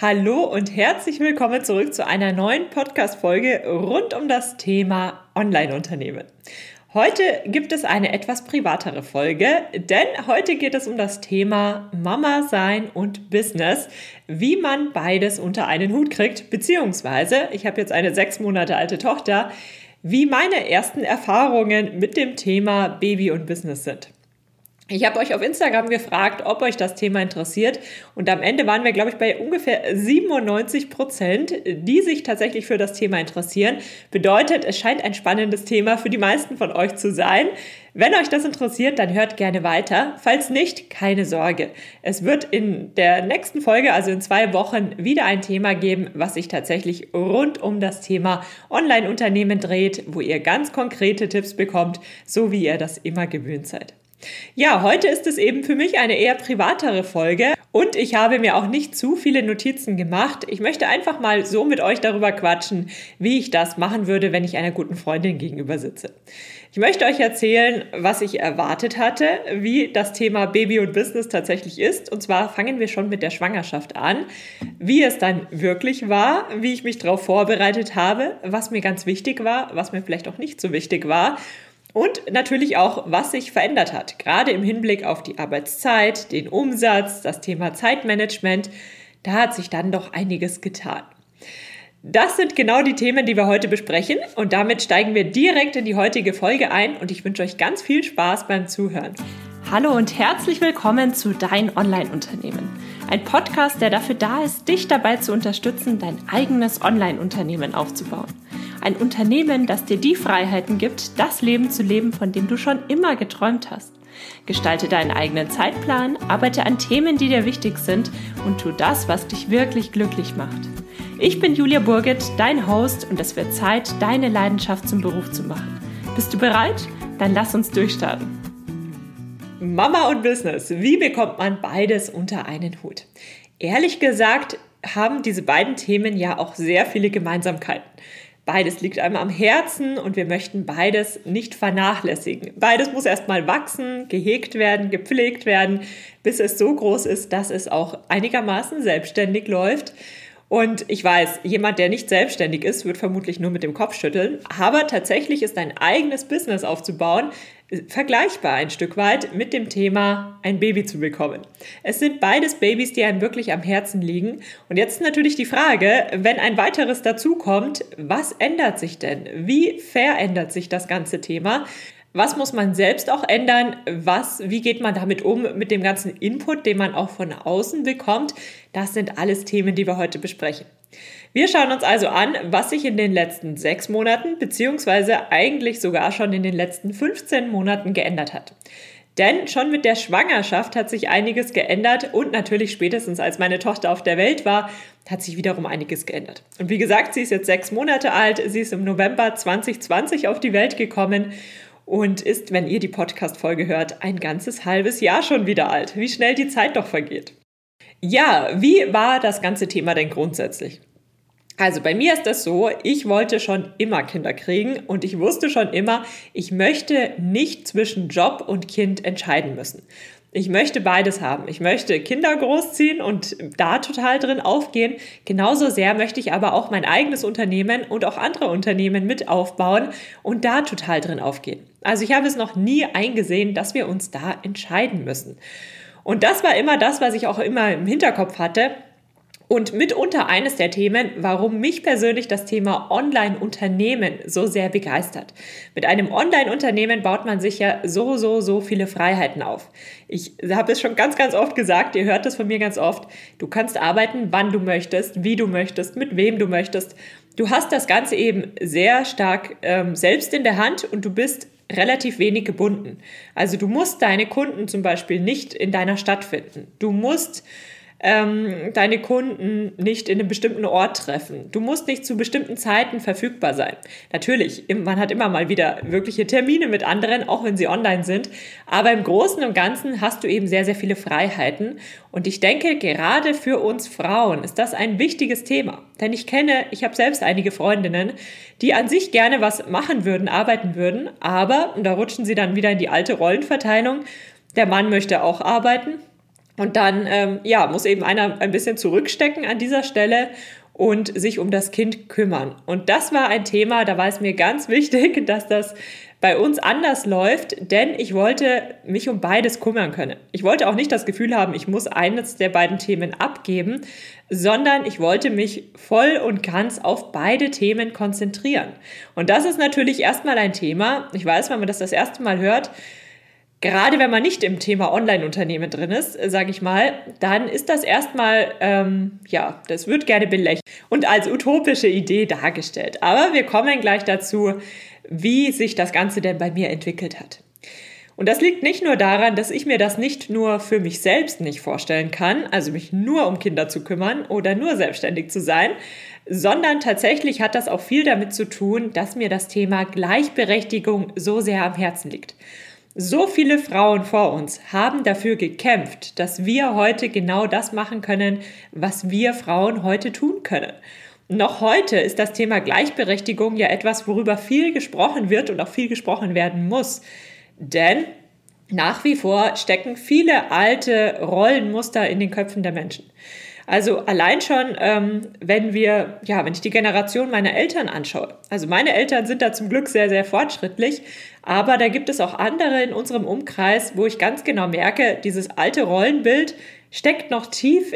Hallo und herzlich willkommen zurück zu einer neuen Podcast-Folge rund um das Thema Online-Unternehmen. Heute gibt es eine etwas privatere Folge, denn heute geht es um das Thema Mama sein und Business, wie man beides unter einen Hut kriegt, beziehungsweise, ich habe jetzt eine 6 Monate alte Tochter, wie meine ersten Erfahrungen mit dem Thema Baby und Business sind. Ich habe euch auf Instagram gefragt, ob euch das Thema interessiert und am Ende waren wir, glaube ich, bei ungefähr 97%, die sich tatsächlich für das Thema interessieren. Bedeutet, es scheint ein spannendes Thema für die meisten von euch zu sein. Wenn euch das interessiert, dann hört gerne weiter. Falls nicht, keine Sorge. Es wird in der nächsten Folge, also in 2 Wochen, wieder ein Thema geben, was sich tatsächlich rund um das Thema Online-Unternehmen dreht, wo ihr ganz konkrete Tipps bekommt, so wie ihr das immer gewöhnt seid. Ja, heute ist es eben für mich eine eher privatere Folge und ich habe mir auch nicht zu viele Notizen gemacht. Ich möchte einfach mal so mit euch darüber quatschen, wie ich das machen würde, wenn ich einer guten Freundin gegenüber sitze. Ich möchte euch erzählen, was ich erwartet hatte, wie das Thema Baby und Business tatsächlich ist. Und zwar fangen wir schon mit der Schwangerschaft an, wie es dann wirklich war, wie ich mich darauf vorbereitet habe, was mir ganz wichtig war, was mir vielleicht auch nicht so wichtig war. Und natürlich auch, was sich verändert hat, gerade im Hinblick auf die Arbeitszeit, den Umsatz, das Thema Zeitmanagement, da hat sich dann doch einiges getan. Das sind genau die Themen, die wir heute besprechen und damit steigen wir direkt in die heutige Folge ein und ich wünsche euch ganz viel Spaß beim Zuhören. Hallo und herzlich willkommen zu Dein Online-Unternehmen. Ein Podcast, der dafür da ist, dich dabei zu unterstützen, dein eigenes Online-Unternehmen aufzubauen. Ein Unternehmen, das dir die Freiheiten gibt, das Leben zu leben, von dem du schon immer geträumt hast. Gestalte deinen eigenen Zeitplan, arbeite an Themen, die dir wichtig sind und tu das, was dich wirklich glücklich macht. Ich bin Julia Burget, dein Host und es wird Zeit, deine Leidenschaft zum Beruf zu machen. Bist du bereit? Dann lass uns durchstarten. Mama und Business, wie bekommt man beides unter einen Hut? Ehrlich gesagt haben diese beiden Themen ja auch sehr viele Gemeinsamkeiten. Beides liegt einem am Herzen und wir möchten beides nicht vernachlässigen. Beides muss erstmal wachsen, gehegt werden, gepflegt werden, bis es so groß ist, dass es auch einigermaßen selbstständig läuft. Und ich weiß, jemand, der nicht selbstständig ist, wird vermutlich nur mit dem Kopf schütteln. Aber tatsächlich ist ein eigenes Business aufzubauen vergleichbar ein Stück weit mit dem Thema, ein Baby zu bekommen. Es sind beides Babys, die einem wirklich am Herzen liegen. Und jetzt natürlich die Frage, wenn ein weiteres dazukommt, was ändert sich denn? Wie verändert sich das ganze Thema? Was muss man selbst auch ändern? Wie geht man damit um, mit dem ganzen Input, den man auch von außen bekommt? Das sind alles Themen, die wir heute besprechen. Wir schauen uns also an, was sich in den letzten 6 Monaten beziehungsweise eigentlich sogar schon in den letzten 15 Monaten geändert hat. Denn schon mit der Schwangerschaft hat sich einiges geändert und natürlich spätestens als meine Tochter auf der Welt war, hat sich wiederum einiges geändert. Und wie gesagt, sie ist jetzt 6 Monate alt, sie ist im November 2020 auf die Welt gekommen und ist, wenn ihr die Podcast-Folge hört, ein ganzes halbes Jahr schon wieder alt. Wie schnell die Zeit doch vergeht. Ja, wie war das ganze Thema denn grundsätzlich? Also bei mir ist das so, ich wollte schon immer Kinder kriegen und ich wusste schon immer, ich möchte nicht zwischen Job und Kind entscheiden müssen. Ich möchte beides haben. Ich möchte Kinder großziehen und da total drin aufgehen. Genauso sehr möchte ich aber auch mein eigenes Unternehmen und auch andere Unternehmen mit aufbauen und da total drin aufgehen. Also ich habe es noch nie eingesehen, dass wir uns da entscheiden müssen. Und das war immer das, was ich auch immer im Hinterkopf hatte. Und mitunter eines der Themen, warum mich persönlich das Thema Online-Unternehmen so sehr begeistert. Mit einem Online-Unternehmen baut man sich ja so viele Freiheiten auf. Ich habe es schon ganz oft gesagt, ihr hört das von mir ganz oft. Du kannst arbeiten, wann du möchtest, wie du möchtest, mit wem du möchtest. Du hast das Ganze eben sehr stark selbst in der Hand und du bist relativ wenig gebunden. Also du musst deine Kunden zum Beispiel nicht in deiner Stadt finden. Du musst deine Kunden nicht in einem bestimmten Ort treffen. Du musst nicht zu bestimmten Zeiten verfügbar sein. Natürlich, man hat immer mal wieder wirkliche Termine mit anderen, auch wenn sie online sind. Aber im Großen und Ganzen hast du eben sehr viele Freiheiten. Und ich denke, gerade für uns Frauen ist das ein wichtiges Thema. Denn ich habe selbst einige Freundinnen, die an sich gerne was machen würden, arbeiten würden. Aber, und da rutschen sie dann wieder in die alte Rollenverteilung, der Mann möchte auch arbeiten. Und dann muss eben einer ein bisschen zurückstecken an dieser Stelle und sich um das Kind kümmern. Und das war ein Thema, da war es mir ganz wichtig, dass das bei uns anders läuft, denn ich wollte mich um beides kümmern können. Ich wollte auch nicht das Gefühl haben, ich muss eines der beiden Themen abgeben, sondern ich wollte mich voll und ganz auf beide Themen konzentrieren. Und das ist natürlich erstmal ein Thema. Ich weiß, wenn man das erste Mal hört, gerade wenn man nicht im Thema Online-Unternehmen drin ist, sage ich mal, dann ist das erstmal, das wird gerne belächelt und als utopische Idee dargestellt. Aber wir kommen gleich dazu, wie sich das Ganze denn bei mir entwickelt hat. Und das liegt nicht nur daran, dass ich mir das nicht nur für mich selbst nicht vorstellen kann, also mich nur um Kinder zu kümmern oder nur selbstständig zu sein, sondern tatsächlich hat das auch viel damit zu tun, dass mir das Thema Gleichberechtigung so sehr am Herzen liegt. So viele Frauen vor uns haben dafür gekämpft, dass wir heute genau das machen können, was wir Frauen heute tun können. Noch heute ist das Thema Gleichberechtigung ja etwas, worüber viel gesprochen wird und auch viel gesprochen werden muss. Denn nach wie vor stecken viele alte Rollenmuster in den Köpfen der Menschen. Also allein schon, wenn ich die Generation meiner Eltern anschaue. Also meine Eltern sind da zum Glück sehr, sehr fortschrittlich, aber da gibt es auch andere in unserem Umkreis, wo ich ganz genau merke, dieses alte Rollenbild steckt noch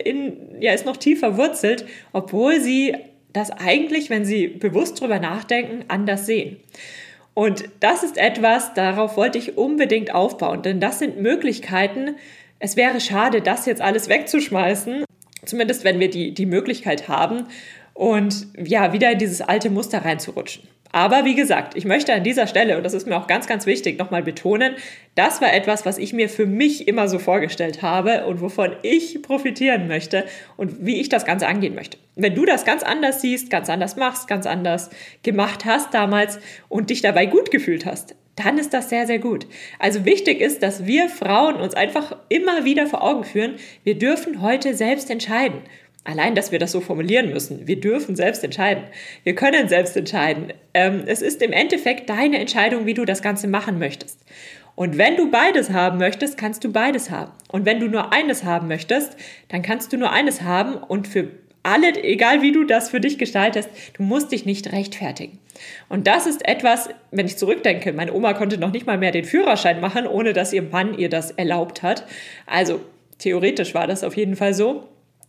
ist noch tief verwurzelt, obwohl sie das eigentlich, wenn sie bewusst drüber nachdenken, anders sehen. Und das ist etwas, darauf wollte ich unbedingt aufbauen, denn das sind Möglichkeiten. Es wäre schade, das jetzt alles wegzuschmeißen, zumindest wenn wir die Möglichkeit haben und wieder in dieses alte Muster reinzurutschen. Aber wie gesagt, ich möchte an dieser Stelle, und das ist mir auch ganz, ganz wichtig, nochmal betonen, das war etwas, was ich mir für mich immer so vorgestellt habe und wovon ich profitieren möchte und wie ich das Ganze angehen möchte. Wenn du das ganz anders siehst, ganz anders machst, ganz anders gemacht hast damals und dich dabei gut gefühlt hast, dann ist das sehr, sehr gut. Also wichtig ist, dass wir Frauen uns einfach immer wieder vor Augen führen, wir dürfen heute selbst entscheiden. Allein, dass wir das so formulieren müssen. Wir dürfen selbst entscheiden. Wir können selbst entscheiden. Es ist im Endeffekt deine Entscheidung, wie du das Ganze machen möchtest. Und wenn du beides haben möchtest, kannst du beides haben. Und wenn du nur eines haben möchtest, dann kannst du nur eines haben. Und für alle, egal wie du das für dich gestaltest, du musst dich nicht rechtfertigen. Und das ist etwas, wenn ich zurückdenke, meine Oma konnte noch nicht mal mehr den Führerschein machen, ohne dass ihr Mann ihr das erlaubt hat. Also theoretisch war das auf jeden Fall so.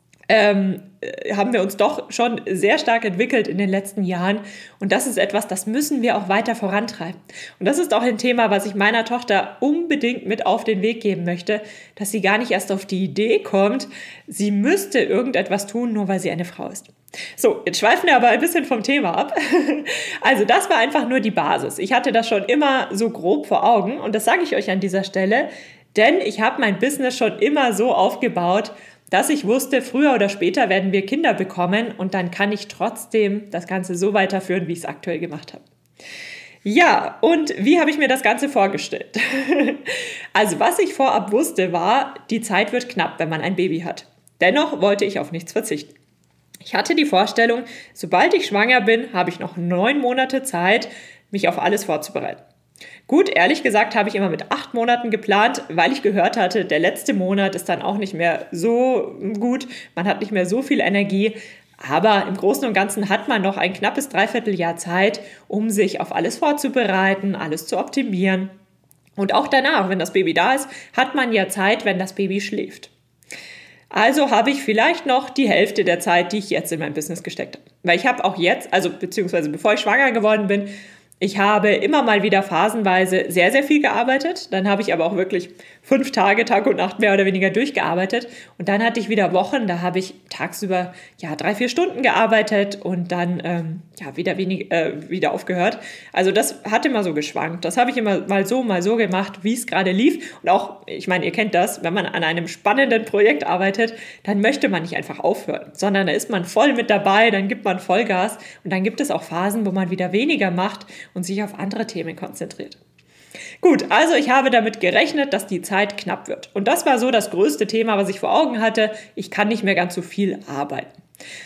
Haben wir uns doch schon sehr stark entwickelt in den letzten Jahren. Und das ist etwas, das müssen wir auch weiter vorantreiben. Und das ist auch ein Thema, was ich meiner Tochter unbedingt mit auf den Weg geben möchte, dass sie gar nicht erst auf die Idee kommt, sie müsste irgendetwas tun, nur weil sie eine Frau ist. So, jetzt schweifen wir aber ein bisschen vom Thema ab. Also das war einfach nur die Basis. Ich hatte das schon immer so grob vor Augen und das sage ich euch an dieser Stelle, denn ich habe mein Business schon immer so aufgebaut, dass ich wusste, früher oder später werden wir Kinder bekommen und dann kann ich trotzdem das Ganze so weiterführen, wie ich es aktuell gemacht habe. Ja, und wie habe ich mir das Ganze vorgestellt? Also was ich vorab wusste war, die Zeit wird knapp, wenn man ein Baby hat. Dennoch wollte ich auf nichts verzichten. Ich hatte die Vorstellung, sobald ich schwanger bin, habe ich noch 9 Monate Zeit, mich auf alles vorzubereiten. Gut, ehrlich gesagt habe ich immer mit 8 Monaten geplant, weil ich gehört hatte, der letzte Monat ist dann auch nicht mehr so gut, man hat nicht mehr so viel Energie, aber im Großen und Ganzen hat man noch ein knappes Dreivierteljahr Zeit, um sich auf alles vorzubereiten, alles zu optimieren. Und auch danach, wenn das Baby da ist, hat man ja Zeit, wenn das Baby schläft. Also habe ich vielleicht noch die Hälfte der Zeit, die ich jetzt in mein Business gesteckt habe. Weil ich habe auch jetzt, beziehungsweise bevor ich schwanger geworden bin, ich habe immer mal wieder phasenweise sehr, sehr viel gearbeitet. Dann habe ich aber auch wirklich 5 Tage, Tag und Nacht mehr oder weniger durchgearbeitet. Und dann hatte ich wieder Wochen, da habe ich tagsüber 3-4 Stunden gearbeitet und dann wieder aufgehört. Also das hat immer so geschwankt. Das habe ich immer mal so gemacht, wie es gerade lief. Und auch, ich meine, ihr kennt das, wenn man an einem spannenden Projekt arbeitet, dann möchte man nicht einfach aufhören, sondern da ist man voll mit dabei, dann gibt man Vollgas und dann gibt es auch Phasen, wo man wieder weniger macht und sich auf andere Themen konzentriert. Gut, also ich habe damit gerechnet, dass die Zeit knapp wird. Und das war so das größte Thema, was ich vor Augen hatte. Ich kann nicht mehr ganz so viel arbeiten.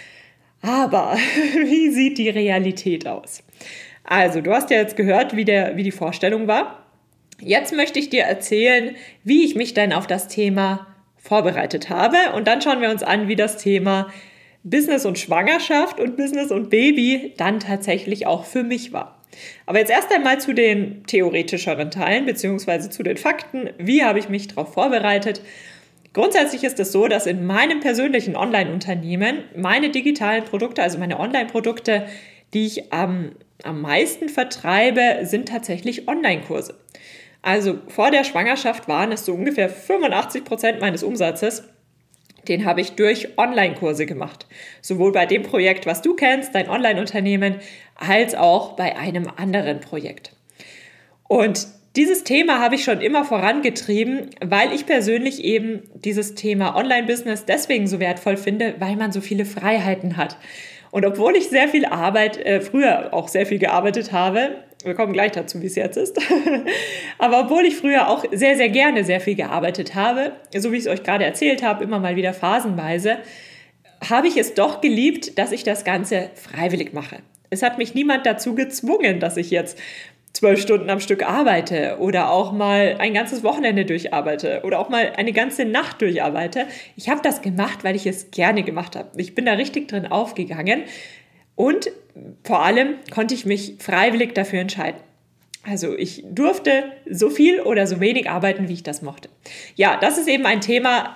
Aber wie sieht die Realität aus? Also, du hast ja jetzt gehört, wie die Vorstellung war. Jetzt möchte ich dir erzählen, wie ich mich denn auf das Thema vorbereitet habe. Und dann schauen wir uns an, wie das Thema Business und Schwangerschaft und Business und Baby dann tatsächlich auch für mich war. Aber jetzt erst einmal zu den theoretischeren Teilen beziehungsweise zu den Fakten. Wie habe ich mich darauf vorbereitet? Grundsätzlich ist es so, dass in meinem persönlichen Online-Unternehmen meine digitalen Produkte, also meine Online-Produkte, die ich am meisten vertreibe, sind tatsächlich Online-Kurse. Also vor der Schwangerschaft waren es so ungefähr 85% meines Umsatzes. Den habe ich durch Online-Kurse gemacht. Sowohl bei dem Projekt, was du kennst, dein Online-Unternehmen, als auch bei einem anderen Projekt. Und dieses Thema habe ich schon immer vorangetrieben, weil ich persönlich eben dieses Thema Online-Business deswegen so wertvoll finde, weil man so viele Freiheiten hat. Und obwohl ich sehr viel früher auch sehr viel gearbeitet habe, wir kommen gleich dazu, wie es jetzt ist, aber obwohl ich früher auch sehr, sehr gerne sehr viel gearbeitet habe, so wie ich es euch gerade erzählt habe, immer mal wieder phasenweise, habe ich es doch geliebt, dass ich das Ganze freiwillig mache. Es hat mich niemand dazu gezwungen, dass ich jetzt 12 Stunden am Stück arbeite oder auch mal ein ganzes Wochenende durcharbeite oder auch mal eine ganze Nacht durcharbeite. Ich habe das gemacht, weil ich es gerne gemacht habe. Ich bin da richtig drin aufgegangen und vor allem konnte ich mich freiwillig dafür entscheiden. Also ich durfte so viel oder so wenig arbeiten, wie ich das mochte. Ja, das ist eben ein Thema,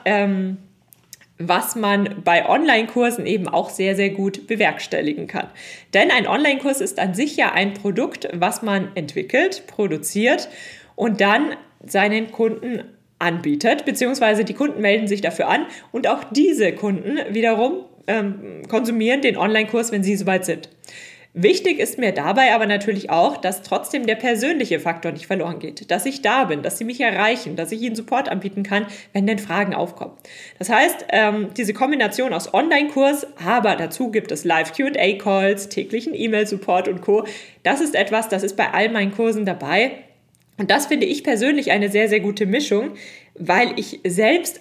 was man bei Online-Kursen eben auch sehr, sehr gut bewerkstelligen kann. Denn ein Online-Kurs ist an sich ja ein Produkt, was man entwickelt, produziert und dann seinen Kunden anbietet, beziehungsweise die Kunden melden sich dafür an und auch diese Kunden wiederum konsumieren den Online-Kurs, wenn sie soweit sind. Wichtig ist mir dabei aber natürlich auch, dass trotzdem der persönliche Faktor nicht verloren geht, dass ich da bin, dass sie mich erreichen, dass ich ihnen Support anbieten kann, wenn denn Fragen aufkommen. Das heißt, diese Kombination aus Online-Kurs, aber dazu gibt es Live-Q&A-Calls, täglichen E-Mail-Support und Co. Das ist etwas, das ist bei all meinen Kursen dabei. Und das finde ich persönlich eine sehr, sehr gute Mischung, weil ich selbst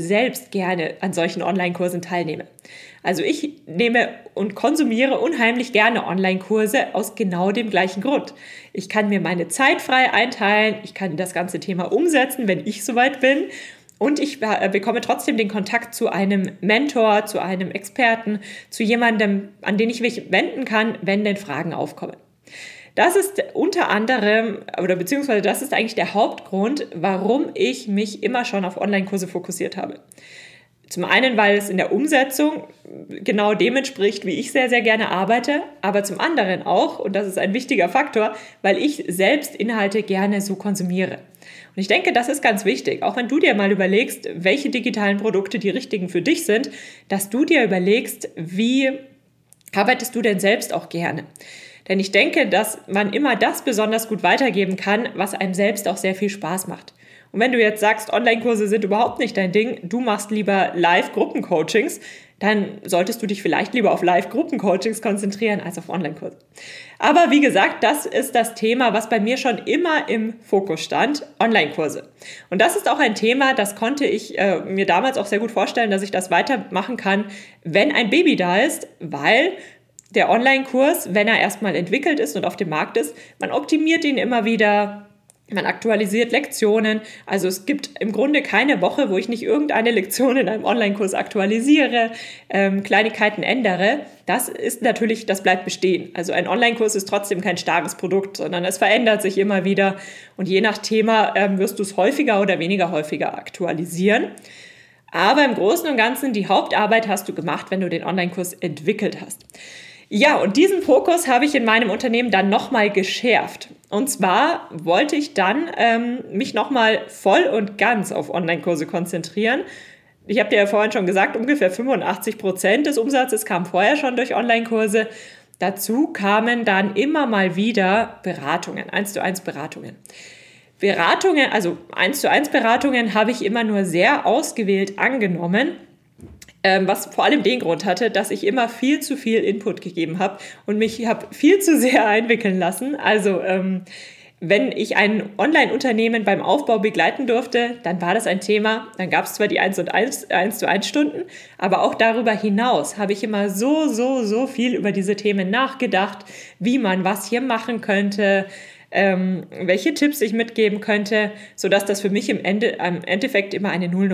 gerne an solchen Online-Kursen teilnehme. Also ich nehme und konsumiere unheimlich gerne Online-Kurse aus genau dem gleichen Grund. Ich kann mir meine Zeit frei einteilen, ich kann das ganze Thema umsetzen, wenn ich soweit bin und ich bekomme trotzdem den Kontakt zu einem Mentor, zu einem Experten, zu jemandem, an den ich mich wenden kann, wenn denn Fragen aufkommen. Das ist unter anderem, beziehungsweise das ist eigentlich der Hauptgrund, warum ich mich immer schon auf Online-Kurse fokussiert habe. Zum einen, weil es in der Umsetzung genau dem entspricht, wie ich sehr, sehr gerne arbeite, aber zum anderen auch, und das ist ein wichtiger Faktor, weil ich selbst Inhalte gerne so konsumiere. Und ich denke, das ist ganz wichtig, auch wenn du dir mal überlegst, welche digitalen Produkte die richtigen für dich sind, dass du dir überlegst, wie arbeitest du denn selbst auch gerne? Denn ich denke, dass man immer das besonders gut weitergeben kann, was einem selbst auch sehr viel Spaß macht. Und wenn du jetzt sagst, Online-Kurse sind überhaupt nicht dein Ding, du machst lieber Live-Gruppencoachings, dann solltest du dich vielleicht lieber auf Live-Gruppencoachings konzentrieren als auf Online-Kurse. Aber wie gesagt, das ist das Thema, was bei mir schon immer im Fokus stand, Online-Kurse. Und das ist auch ein Thema, das konnte ich mir damals auch sehr gut vorstellen, dass ich das weitermachen kann, wenn ein Baby da ist, weil der Online-Kurs, wenn er erstmal entwickelt ist und auf dem Markt ist, man optimiert ihn immer wieder, man aktualisiert Lektionen. Also es gibt im Grunde keine Woche, wo ich nicht irgendeine Lektion in einem Online-Kurs aktualisiere, Kleinigkeiten ändere. Das bleibt bestehen. Also ein Online-Kurs ist trotzdem kein starres Produkt, sondern es verändert sich immer wieder. Und je nach Thema wirst du es häufiger oder weniger häufiger aktualisieren. Aber im Großen und Ganzen, die Hauptarbeit hast du gemacht, wenn du den Online-Kurs entwickelt hast. Ja, und diesen Fokus habe ich in meinem Unternehmen dann nochmal geschärft. Und zwar wollte ich dann mich nochmal voll und ganz auf Online-Kurse konzentrieren. Ich habe dir ja vorhin schon gesagt, ungefähr 85% des Umsatzes kam vorher schon durch Online-Kurse. Dazu kamen dann immer mal wieder Beratungen, 1:1 Beratungen. Also 1:1 Beratungen habe ich immer nur sehr ausgewählt angenommen, was vor allem den Grund hatte, dass ich immer viel zu viel Input gegeben habe und mich habe viel zu sehr einwickeln lassen. Also wenn ich ein Online-Unternehmen beim Aufbau begleiten durfte, dann war das ein Thema. Dann gab es zwar die 1:1 Stunden, aber auch darüber hinaus habe ich immer so viel über diese Themen nachgedacht, wie man was hier machen könnte, welche Tipps ich mitgeben könnte, sodass das für mich im Endeffekt immer eine Nullnummer war.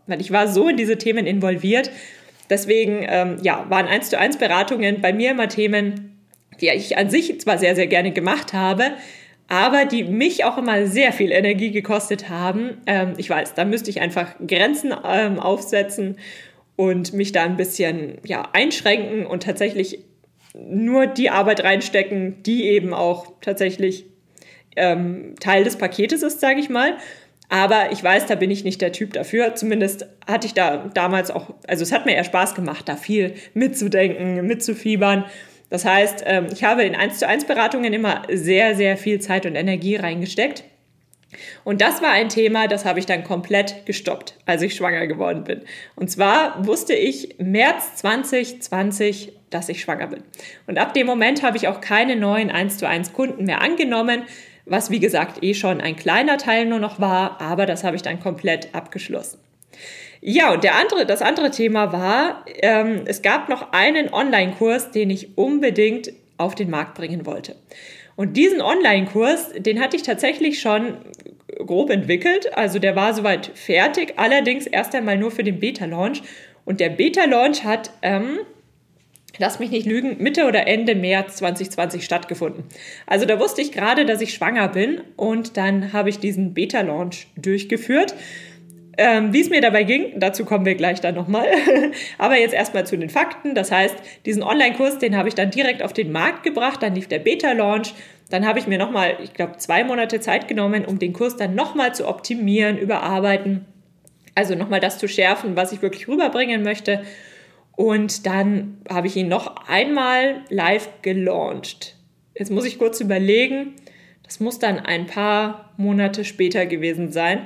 weil ich war so in diese Themen involviert. Deswegen waren 1:1 Beratungen bei mir immer Themen, die ich an sich zwar sehr, sehr gerne gemacht habe, aber die mich auch immer sehr viel Energie gekostet haben. Ich weiß, da müsste ich einfach Grenzen aufsetzen und mich da ein bisschen einschränken und tatsächlich nur die Arbeit reinstecken, die eben auch tatsächlich Teil des Paketes ist, sage ich mal. Aber ich weiß, da bin ich nicht der Typ dafür. Zumindest hatte ich da damals auch, also es hat mir eher Spaß gemacht, da viel mitzudenken, mitzufiebern. Das heißt, ich habe in 1:1 Beratungen immer sehr, sehr viel Zeit und Energie reingesteckt. Und das war ein Thema, das habe ich dann komplett gestoppt, als ich schwanger geworden bin. Und zwar wusste ich März 2020, dass ich schwanger bin. Und ab dem Moment habe ich auch keine neuen 1:1 Kunden mehr angenommen, was wie gesagt schon ein kleiner Teil nur noch war, aber das habe ich dann komplett abgeschlossen. Ja, und das andere Thema war, es gab noch einen Online-Kurs, den ich unbedingt auf den Markt bringen wollte. Und diesen Online-Kurs, den hatte ich tatsächlich schon grob entwickelt. Also der war soweit fertig, allerdings erst einmal nur für den Beta-Launch. Und der Beta-Launch hat, lass mich nicht lügen, Mitte oder Ende März 2020 stattgefunden. Also da wusste ich gerade, dass ich schwanger bin und dann habe ich diesen Beta-Launch durchgeführt. Wie es mir dabei ging, dazu kommen wir gleich dann nochmal. Aber jetzt erstmal zu den Fakten. Das heißt, diesen Online-Kurs, den habe ich dann direkt auf den Markt gebracht. Dann lief der Beta-Launch. Dann habe ich mir nochmal, 2 Monate Zeit genommen, um den Kurs dann nochmal zu optimieren, überarbeiten. Also nochmal das zu schärfen, was ich wirklich rüberbringen möchte. Und dann habe ich ihn noch einmal live gelauncht. Jetzt muss ich kurz überlegen. Das muss dann ein paar Monate später gewesen sein.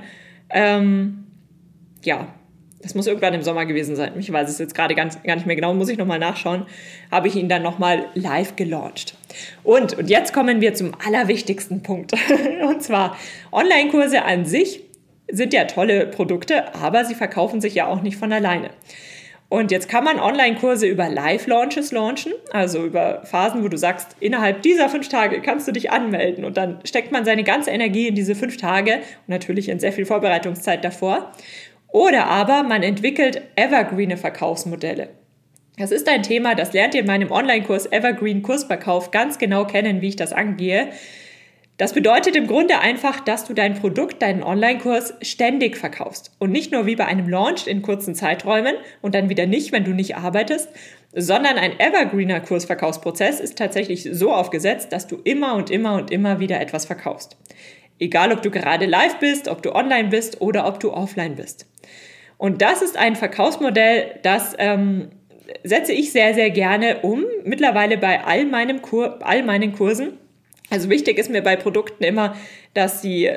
Das muss irgendwann im Sommer gewesen sein. Ich weiß es jetzt gerade gar nicht mehr genau, muss ich nochmal nachschauen. Habe ich ihn dann nochmal live gelauncht. Und jetzt kommen wir zum allerwichtigsten Punkt. Und zwar, Online-Kurse an sich sind ja tolle Produkte, aber sie verkaufen sich ja auch nicht von alleine. Und jetzt kann man Online-Kurse über Live-Launches launchen, also über Phasen, wo du sagst, innerhalb dieser 5 Tage kannst du dich anmelden und dann steckt man seine ganze Energie in diese 5 Tage und natürlich in sehr viel Vorbereitungszeit davor. Oder aber man entwickelt evergreene Verkaufsmodelle. Das ist ein Thema, das lernt ihr in meinem Online-Kurs Evergreen Kursverkauf ganz genau kennen, wie ich das angehe. Das bedeutet im Grunde einfach, dass du dein Produkt, deinen Online-Kurs ständig verkaufst. Und nicht nur wie bei einem Launch in kurzen Zeiträumen und dann wieder nicht, wenn du nicht arbeitest, sondern ein evergreener Kursverkaufsprozess ist tatsächlich so aufgesetzt, dass du immer und immer und immer wieder etwas verkaufst. Egal, ob du gerade live bist, ob du online bist oder ob du offline bist. Und das ist ein Verkaufsmodell, das setze ich sehr, sehr gerne um. Mittlerweile bei all meinen Kursen. Also wichtig ist mir bei Produkten immer, dass sie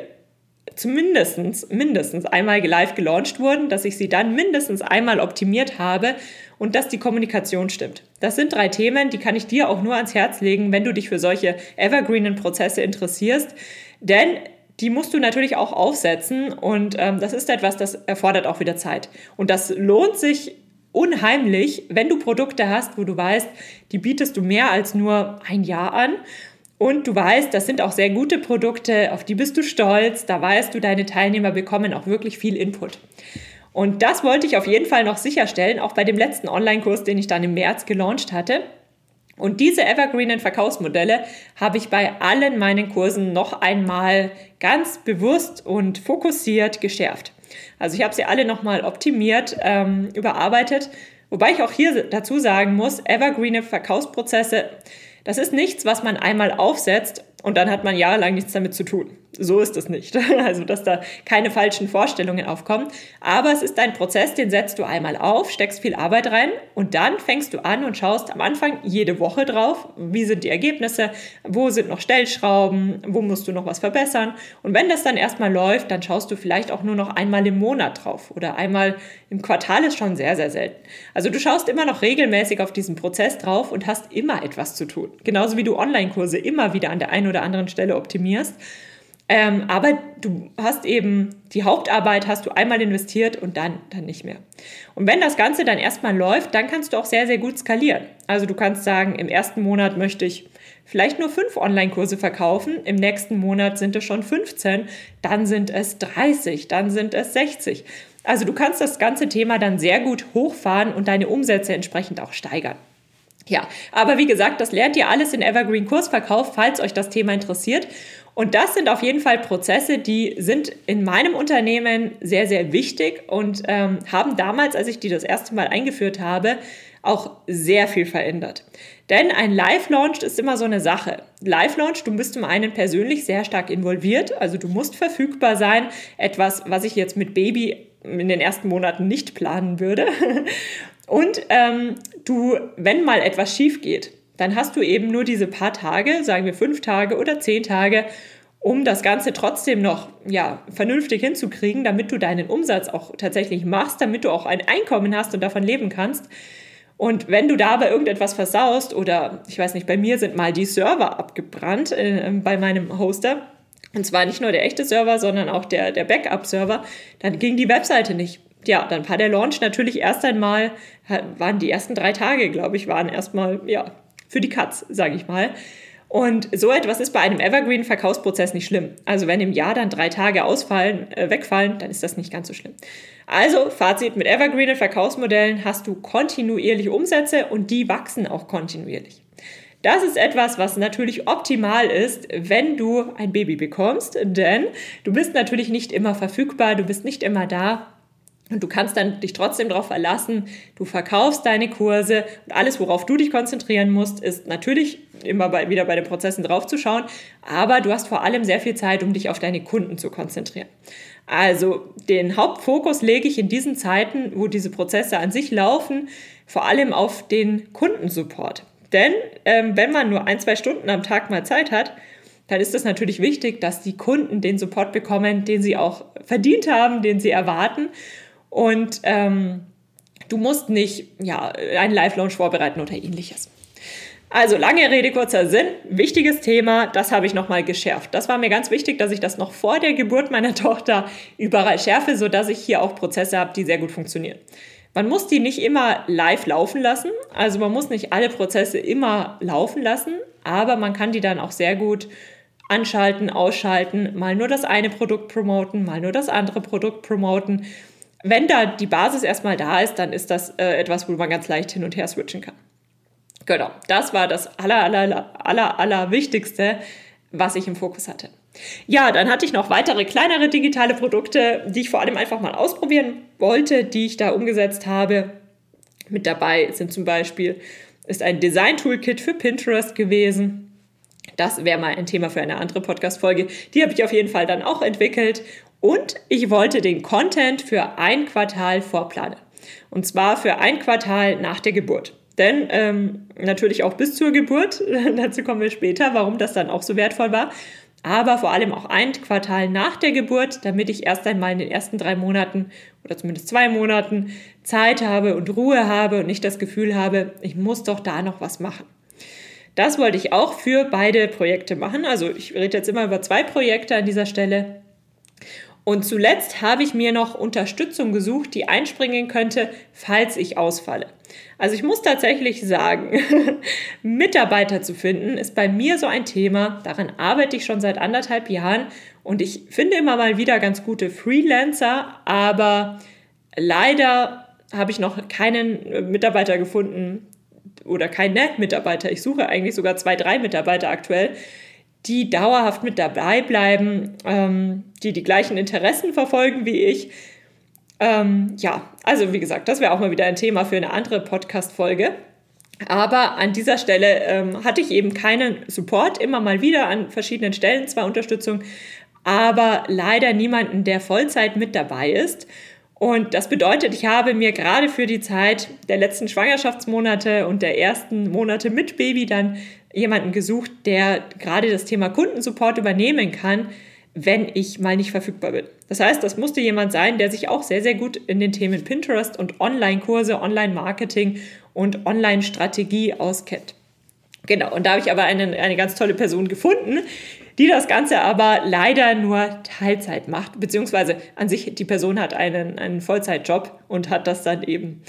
mindestens einmal live gelauncht wurden, dass ich sie dann mindestens einmal optimiert habe und dass die Kommunikation stimmt. Das sind 3 Themen, die kann ich dir auch nur ans Herz legen, wenn du dich für solche evergreenen Prozesse interessierst. Denn die musst du natürlich auch aufsetzen und das ist etwas, das erfordert auch wieder Zeit. Und das lohnt sich unheimlich, wenn du Produkte hast, wo du weißt, die bietest du mehr als nur ein Jahr an. Und du weißt, das sind auch sehr gute Produkte, auf die bist du stolz. Da weißt du, deine Teilnehmer bekommen auch wirklich viel Input. Und das wollte ich auf jeden Fall noch sicherstellen, auch bei dem letzten Online-Kurs, den ich dann im März gelauncht hatte. Und diese evergreenen Verkaufsmodelle habe ich bei allen meinen Kursen noch einmal ganz bewusst und fokussiert geschärft. Also ich habe sie alle nochmal optimiert, überarbeitet. Wobei ich auch hier dazu sagen muss, evergreene Verkaufsprozesse, das ist nichts, was man einmal aufsetzt und dann hat man jahrelang nichts damit zu tun. So ist es nicht. Also, dass da keine falschen Vorstellungen aufkommen. Aber es ist ein Prozess, den setzt du einmal auf, steckst viel Arbeit rein und dann fängst du an und schaust am Anfang jede Woche drauf, wie sind die Ergebnisse, wo sind noch Stellschrauben, wo musst du noch was verbessern. Und wenn das dann erstmal läuft, dann schaust du vielleicht auch nur noch einmal im Monat drauf oder einmal im Quartal ist schon sehr, sehr selten. Also du schaust immer noch regelmäßig auf diesen Prozess drauf und hast immer etwas zu tun. Genauso wie du Online-Kurse immer wieder an der einen oder anderen Stelle optimierst. Aber du hast eben die Hauptarbeit hast du einmal investiert und dann nicht mehr. Und wenn das Ganze dann erstmal läuft, dann kannst du auch sehr, sehr gut skalieren. Also du kannst sagen, im ersten Monat möchte ich vielleicht nur 5 Online-Kurse verkaufen, im nächsten Monat sind es schon 15, dann sind es 30, dann sind es 60. Also du kannst das ganze Thema dann sehr gut hochfahren und deine Umsätze entsprechend auch steigern. Ja, aber wie gesagt, das lernt ihr alles in Evergreen Kursverkauf, falls euch das Thema interessiert. Und das sind auf jeden Fall Prozesse, die sind in meinem Unternehmen sehr, sehr wichtig und haben damals, als ich die das erste Mal eingeführt habe, auch sehr viel verändert. Denn ein Live-Launch ist immer so eine Sache. Live-Launch, du bist zum einen persönlich sehr stark involviert, also du musst verfügbar sein, etwas, was ich jetzt mit Baby in den ersten Monaten nicht planen würde. Und wenn mal etwas schief geht, dann hast du eben nur diese paar Tage, sagen wir 5 Tage oder 10 Tage, um das Ganze trotzdem noch vernünftig hinzukriegen, damit du deinen Umsatz auch tatsächlich machst, damit du auch ein Einkommen hast und davon leben kannst. Und wenn du da aber irgendetwas versaust oder, ich weiß nicht, bei mir sind mal die Server abgebrannt bei meinem Hoster, und zwar nicht nur der echte Server, sondern auch der Backup-Server, dann ging die Webseite nicht. Ja, dann war der Launch natürlich erst einmal, waren die ersten 3 Tage, glaube ich, waren erstmal, für die Katz, sage ich mal. Und so etwas ist bei einem Evergreen-Verkaufsprozess nicht schlimm. Also wenn im Jahr dann 3 Tage wegfallen, dann ist das nicht ganz so schlimm. Also Fazit, mit Evergreen-Verkaufsmodellen hast du kontinuierlich Umsätze und die wachsen auch kontinuierlich. Das ist etwas, was natürlich optimal ist, wenn du ein Baby bekommst, denn du bist natürlich nicht immer verfügbar, du bist nicht immer da. Und du kannst dann dich trotzdem darauf verlassen, du verkaufst deine Kurse und alles, worauf du dich konzentrieren musst, ist natürlich immer wieder bei den Prozessen drauf zu schauen, aber du hast vor allem sehr viel Zeit, um dich auf deine Kunden zu konzentrieren. Also den Hauptfokus lege ich in diesen Zeiten, wo diese Prozesse an sich laufen, vor allem auf den Kundensupport. Denn wenn man nur 1-2 Stunden am Tag mal Zeit hat, dann ist es natürlich wichtig, dass die Kunden den Support bekommen, den sie auch verdient haben, den sie erwarten. Und du musst nicht einen Live-Launch vorbereiten oder ähnliches. Also lange Rede, kurzer Sinn, wichtiges Thema, das habe ich nochmal geschärft. Das war mir ganz wichtig, dass ich das noch vor der Geburt meiner Tochter überall schärfe, sodass ich hier auch Prozesse habe, die sehr gut funktionieren. Man muss die nicht immer live laufen lassen, also man muss nicht alle Prozesse immer laufen lassen, aber man kann die dann auch sehr gut anschalten, ausschalten, mal nur das eine Produkt promoten, mal nur das andere Produkt promoten. Wenn da die Basis erstmal da ist, dann ist das etwas, wo man ganz leicht hin und her switchen kann. Genau, das war das Allerwichtigste, was ich im Fokus hatte. Ja, dann hatte ich noch weitere kleinere digitale Produkte, die ich vor allem einfach mal ausprobieren wollte, die ich da umgesetzt habe. Mit dabei sind zum Beispiel ist ein Design-Toolkit für Pinterest gewesen. Das wäre mal ein Thema für eine andere Podcast-Folge. Die habe ich auf jeden Fall dann auch entwickelt. Und ich wollte den Content für ein Quartal vorplanen. Und zwar für ein Quartal nach der Geburt. Denn natürlich auch bis zur Geburt, dazu kommen wir später, warum das dann auch so wertvoll war. Aber vor allem auch ein Quartal nach der Geburt, damit ich erst einmal in den ersten 3 Monaten oder zumindest 2 Monaten Zeit habe und Ruhe habe und nicht das Gefühl habe, ich muss doch da noch was machen. Das wollte ich auch für beide Projekte machen. Also ich rede jetzt immer über 2 Projekte an dieser Stelle. Und zuletzt habe ich mir noch Unterstützung gesucht, die einspringen könnte, falls ich ausfalle. Also ich muss tatsächlich sagen, Mitarbeiter zu finden, ist bei mir so ein Thema. Daran arbeite ich schon seit 1,5 Jahren und ich finde immer mal wieder ganz gute Freelancer, aber leider habe ich noch keinen Mitarbeiter gefunden oder keine Mitarbeiter. Ich suche eigentlich sogar 2, 3 Mitarbeiter aktuell, die dauerhaft mit dabei bleiben, die gleichen Interessen verfolgen wie ich. Also wie gesagt, das wäre auch mal wieder ein Thema für eine andere Podcast-Folge. Aber an dieser Stelle hatte ich eben keinen Support, immer mal wieder an verschiedenen Stellen, zwar Unterstützung, aber leider niemanden, der Vollzeit mit dabei ist. Und das bedeutet, ich habe mir gerade für die Zeit der letzten Schwangerschaftsmonate und der ersten Monate mit Baby dann jemanden gesucht, der gerade das Thema Kundensupport übernehmen kann, wenn ich mal nicht verfügbar bin. Das heißt, das musste jemand sein, der sich auch sehr, sehr gut in den Themen Pinterest und Online-Kurse, Online-Marketing und Online-Strategie auskennt. Genau, und da habe ich aber eine ganz tolle Person gefunden, die das Ganze aber leider nur Teilzeit macht, beziehungsweise an sich, die Person hat einen Vollzeitjob und hat das dann eben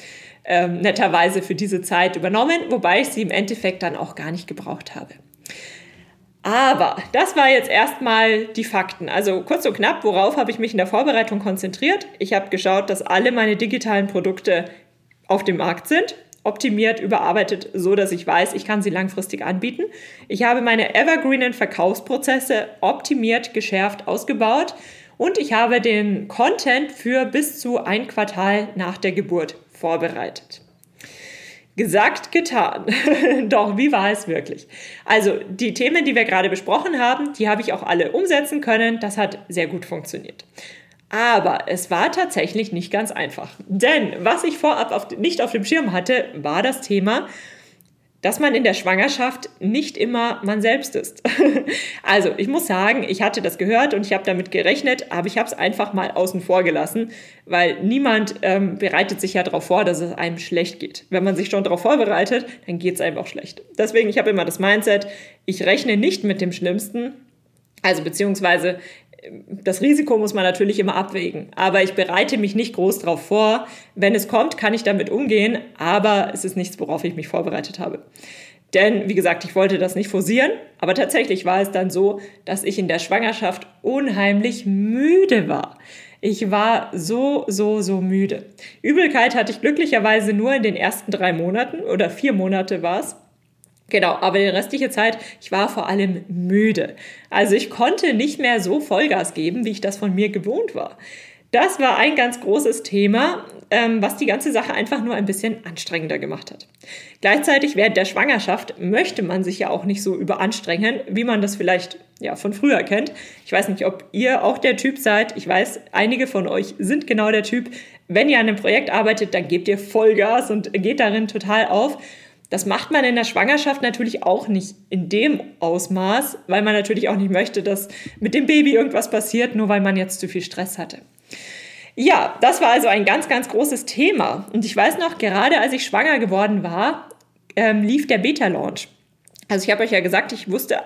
netterweise für diese Zeit übernommen, wobei ich sie im Endeffekt dann auch gar nicht gebraucht habe. Aber das war jetzt erstmal die Fakten. Also kurz und knapp, worauf habe ich mich in der Vorbereitung konzentriert? Ich habe geschaut, dass alle meine digitalen Produkte auf dem Markt sind, optimiert, überarbeitet, so dass ich weiß, ich kann sie langfristig anbieten. Ich habe meine evergreenen Verkaufsprozesse optimiert, geschärft, ausgebaut und ich habe den Content für bis zu ein Quartal nach der Geburt vorbereitet. Gesagt, getan. Doch, wie war es wirklich? Also die Themen, die wir gerade besprochen haben, die habe ich auch alle umsetzen können. Das hat sehr gut funktioniert. Aber es war tatsächlich nicht ganz einfach. Denn was ich vorab nicht auf dem Schirm hatte, war das Thema, dass man in der Schwangerschaft nicht immer man selbst ist. Also ich muss sagen, ich hatte das gehört und ich habe damit gerechnet, aber ich habe es einfach mal außen vor gelassen, weil niemand bereitet sich ja darauf vor, dass es einem schlecht geht. Wenn man sich schon darauf vorbereitet, dann geht es einem auch schlecht. Deswegen, ich habe immer das Mindset, ich rechne nicht mit dem Schlimmsten, also beziehungsweise das Risiko muss man natürlich immer abwägen, aber ich bereite mich nicht groß darauf vor. Wenn es kommt, kann ich damit umgehen, aber es ist nichts, worauf ich mich vorbereitet habe. Denn, wie gesagt, ich wollte das nicht forcieren, aber tatsächlich war es dann so, dass ich in der Schwangerschaft unheimlich müde war. Ich war so müde. Übelkeit hatte ich glücklicherweise nur in den ersten 3 Monaten oder 4 Monate war es. Genau, aber die restliche Zeit, ich war vor allem müde. Also ich konnte nicht mehr so Vollgas geben, wie ich das von mir gewohnt war. Das war ein ganz großes Thema, was die ganze Sache einfach nur ein bisschen anstrengender gemacht hat. Gleichzeitig während der Schwangerschaft möchte man sich ja auch nicht so überanstrengen, wie man das vielleicht von früher kennt. Ich weiß nicht, ob ihr auch der Typ seid. Ich weiß, einige von euch sind genau der Typ. Wenn ihr an einem Projekt arbeitet, dann gebt ihr Vollgas und geht darin total auf. Das macht man in der Schwangerschaft natürlich auch nicht in dem Ausmaß, weil man natürlich auch nicht möchte, dass mit dem Baby irgendwas passiert, nur weil man jetzt zu viel Stress hatte. Ja, das war also ein ganz, ganz großes Thema. Und ich weiß noch, gerade als ich schwanger geworden war, lief der Beta-Launch. Also ich habe euch ja gesagt, ich wusste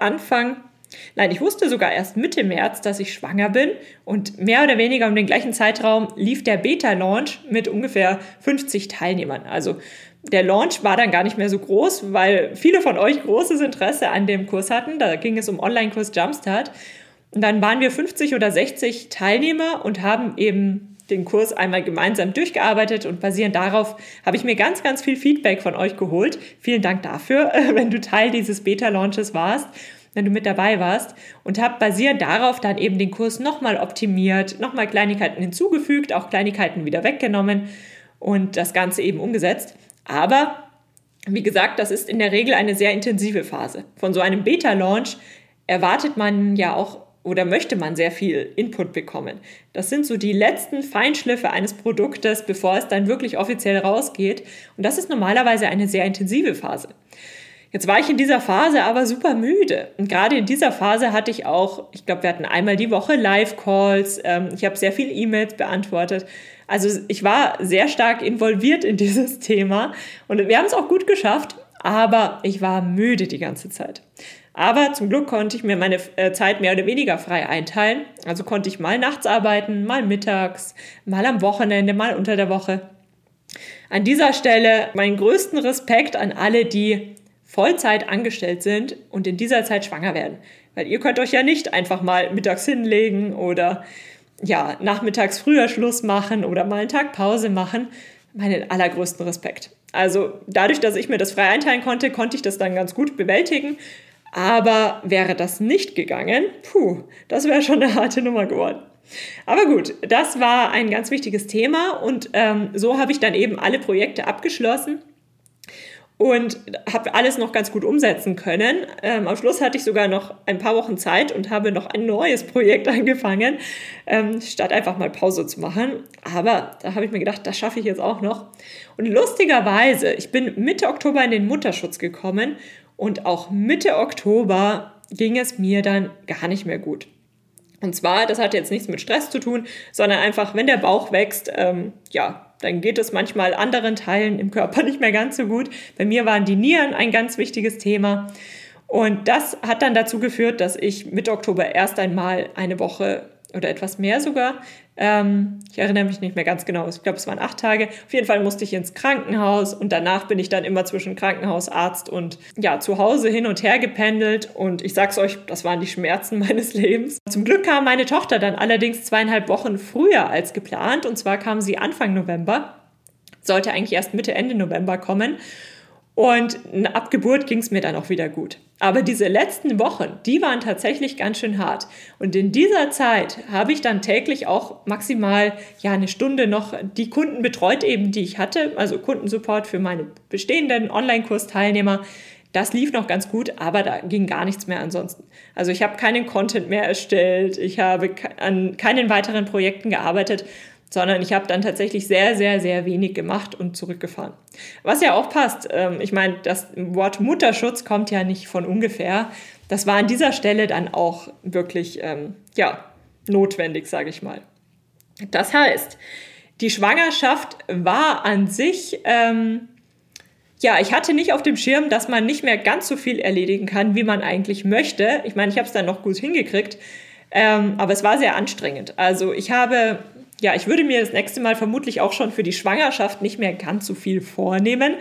sogar erst Mitte März, dass ich schwanger bin. Und mehr oder weniger um den gleichen Zeitraum lief der Beta-Launch mit ungefähr 50 Teilnehmern. Also der Launch war dann gar nicht mehr so groß, weil viele von euch großes Interesse an dem Kurs hatten. Da ging es um Online-Kurs Jumpstart. Und dann waren wir 50 oder 60 Teilnehmer und haben eben den Kurs einmal gemeinsam durchgearbeitet. Und basierend darauf habe ich mir ganz, ganz viel Feedback von euch geholt. Vielen Dank dafür, wenn du Teil dieses Beta-Launches warst, wenn du mit dabei warst. Und habe basierend darauf dann eben den Kurs nochmal optimiert, nochmal Kleinigkeiten hinzugefügt, auch Kleinigkeiten wieder weggenommen und das Ganze eben umgesetzt. Aber, wie gesagt, das ist in der Regel eine sehr intensive Phase. Von so einem Beta-Launch erwartet man ja auch oder möchte man sehr viel Input bekommen. Das sind so die letzten Feinschliffe eines Produktes, bevor es dann wirklich offiziell rausgeht. Und das ist normalerweise eine sehr intensive Phase. Jetzt war ich in dieser Phase aber super müde. Und gerade in dieser Phase hatte ich auch, ich glaube, wir hatten einmal die Woche Live-Calls. Ich habe sehr viele E-Mails beantwortet. Also ich war sehr stark involviert in dieses Thema. Und wir haben es auch gut geschafft, aber ich war müde die ganze Zeit. Aber zum Glück konnte ich mir meine Zeit mehr oder weniger frei einteilen. Also konnte ich mal nachts arbeiten, mal mittags, mal am Wochenende, mal unter der Woche. An dieser Stelle meinen größten Respekt an alle, die Vollzeit angestellt sind und in dieser Zeit schwanger werden. Weil ihr könnt euch ja nicht einfach mal mittags hinlegen oder nachmittags früher Schluss machen oder mal einen Tag Pause machen. Meinen allergrößten Respekt. Also dadurch, dass ich mir das frei einteilen konnte, konnte ich das dann ganz gut bewältigen. Aber wäre das nicht gegangen, das wäre schon eine harte Nummer geworden. Aber gut, das war ein ganz wichtiges Thema und so habe ich dann eben alle Projekte abgeschlossen und habe alles noch ganz gut umsetzen können. Am Schluss hatte ich sogar noch ein paar Wochen Zeit und habe noch ein neues Projekt angefangen, statt einfach mal Pause zu machen. Aber da habe ich mir gedacht, das schaffe ich jetzt auch noch. Und lustigerweise, ich bin Mitte Oktober in den Mutterschutz gekommen und auch Mitte Oktober ging es mir dann gar nicht mehr gut. Und zwar, das hat jetzt nichts mit Stress zu tun, sondern einfach, wenn der Bauch wächst, dann geht es manchmal anderen Teilen im Körper nicht mehr ganz so gut. Bei mir waren die Nieren ein ganz wichtiges Thema. Und das hat dann dazu geführt, dass ich Mitte Oktober erst einmal eine Woche oder etwas mehr sogar. Ich erinnere mich nicht mehr ganz genau. Ich glaube, es waren 8 Tage. Auf jeden Fall musste ich ins Krankenhaus und danach bin ich dann immer zwischen Krankenhaus, Arzt und zu Hause hin und her gependelt. Und ich sag's euch, das waren die Schmerzen meines Lebens. Zum Glück kam meine Tochter dann allerdings 2,5 Wochen früher als geplant. Und zwar kam sie Anfang November. Sollte eigentlich erst Mitte, Ende November kommen. Und ab Geburt ging es mir dann auch wieder gut. Aber diese letzten Wochen, die waren tatsächlich ganz schön hart. Und in dieser Zeit habe ich dann täglich auch maximal 1 Stunde noch die Kunden betreut, eben die ich hatte. Also Kundensupport für meine bestehenden Online-Kursteilnehmer. Das lief noch ganz gut, aber da ging gar nichts mehr ansonsten. Also ich habe keinen Content mehr erstellt, ich habe an keinen weiteren Projekten gearbeitet, sondern ich habe dann tatsächlich sehr, sehr, sehr wenig gemacht und zurückgefahren. Was ja auch passt, ich meine, das Wort Mutterschutz kommt ja nicht von ungefähr. Das war an dieser Stelle dann auch wirklich, notwendig, sage ich mal. Das heißt, die Schwangerschaft war an sich, ich hatte nicht auf dem Schirm, dass man nicht mehr ganz so viel erledigen kann, wie man eigentlich möchte. Ich meine, ich habe es dann noch gut hingekriegt, aber es war sehr anstrengend. Also ich würde mir das nächste Mal vermutlich auch schon für die Schwangerschaft nicht mehr ganz so viel vornehmen,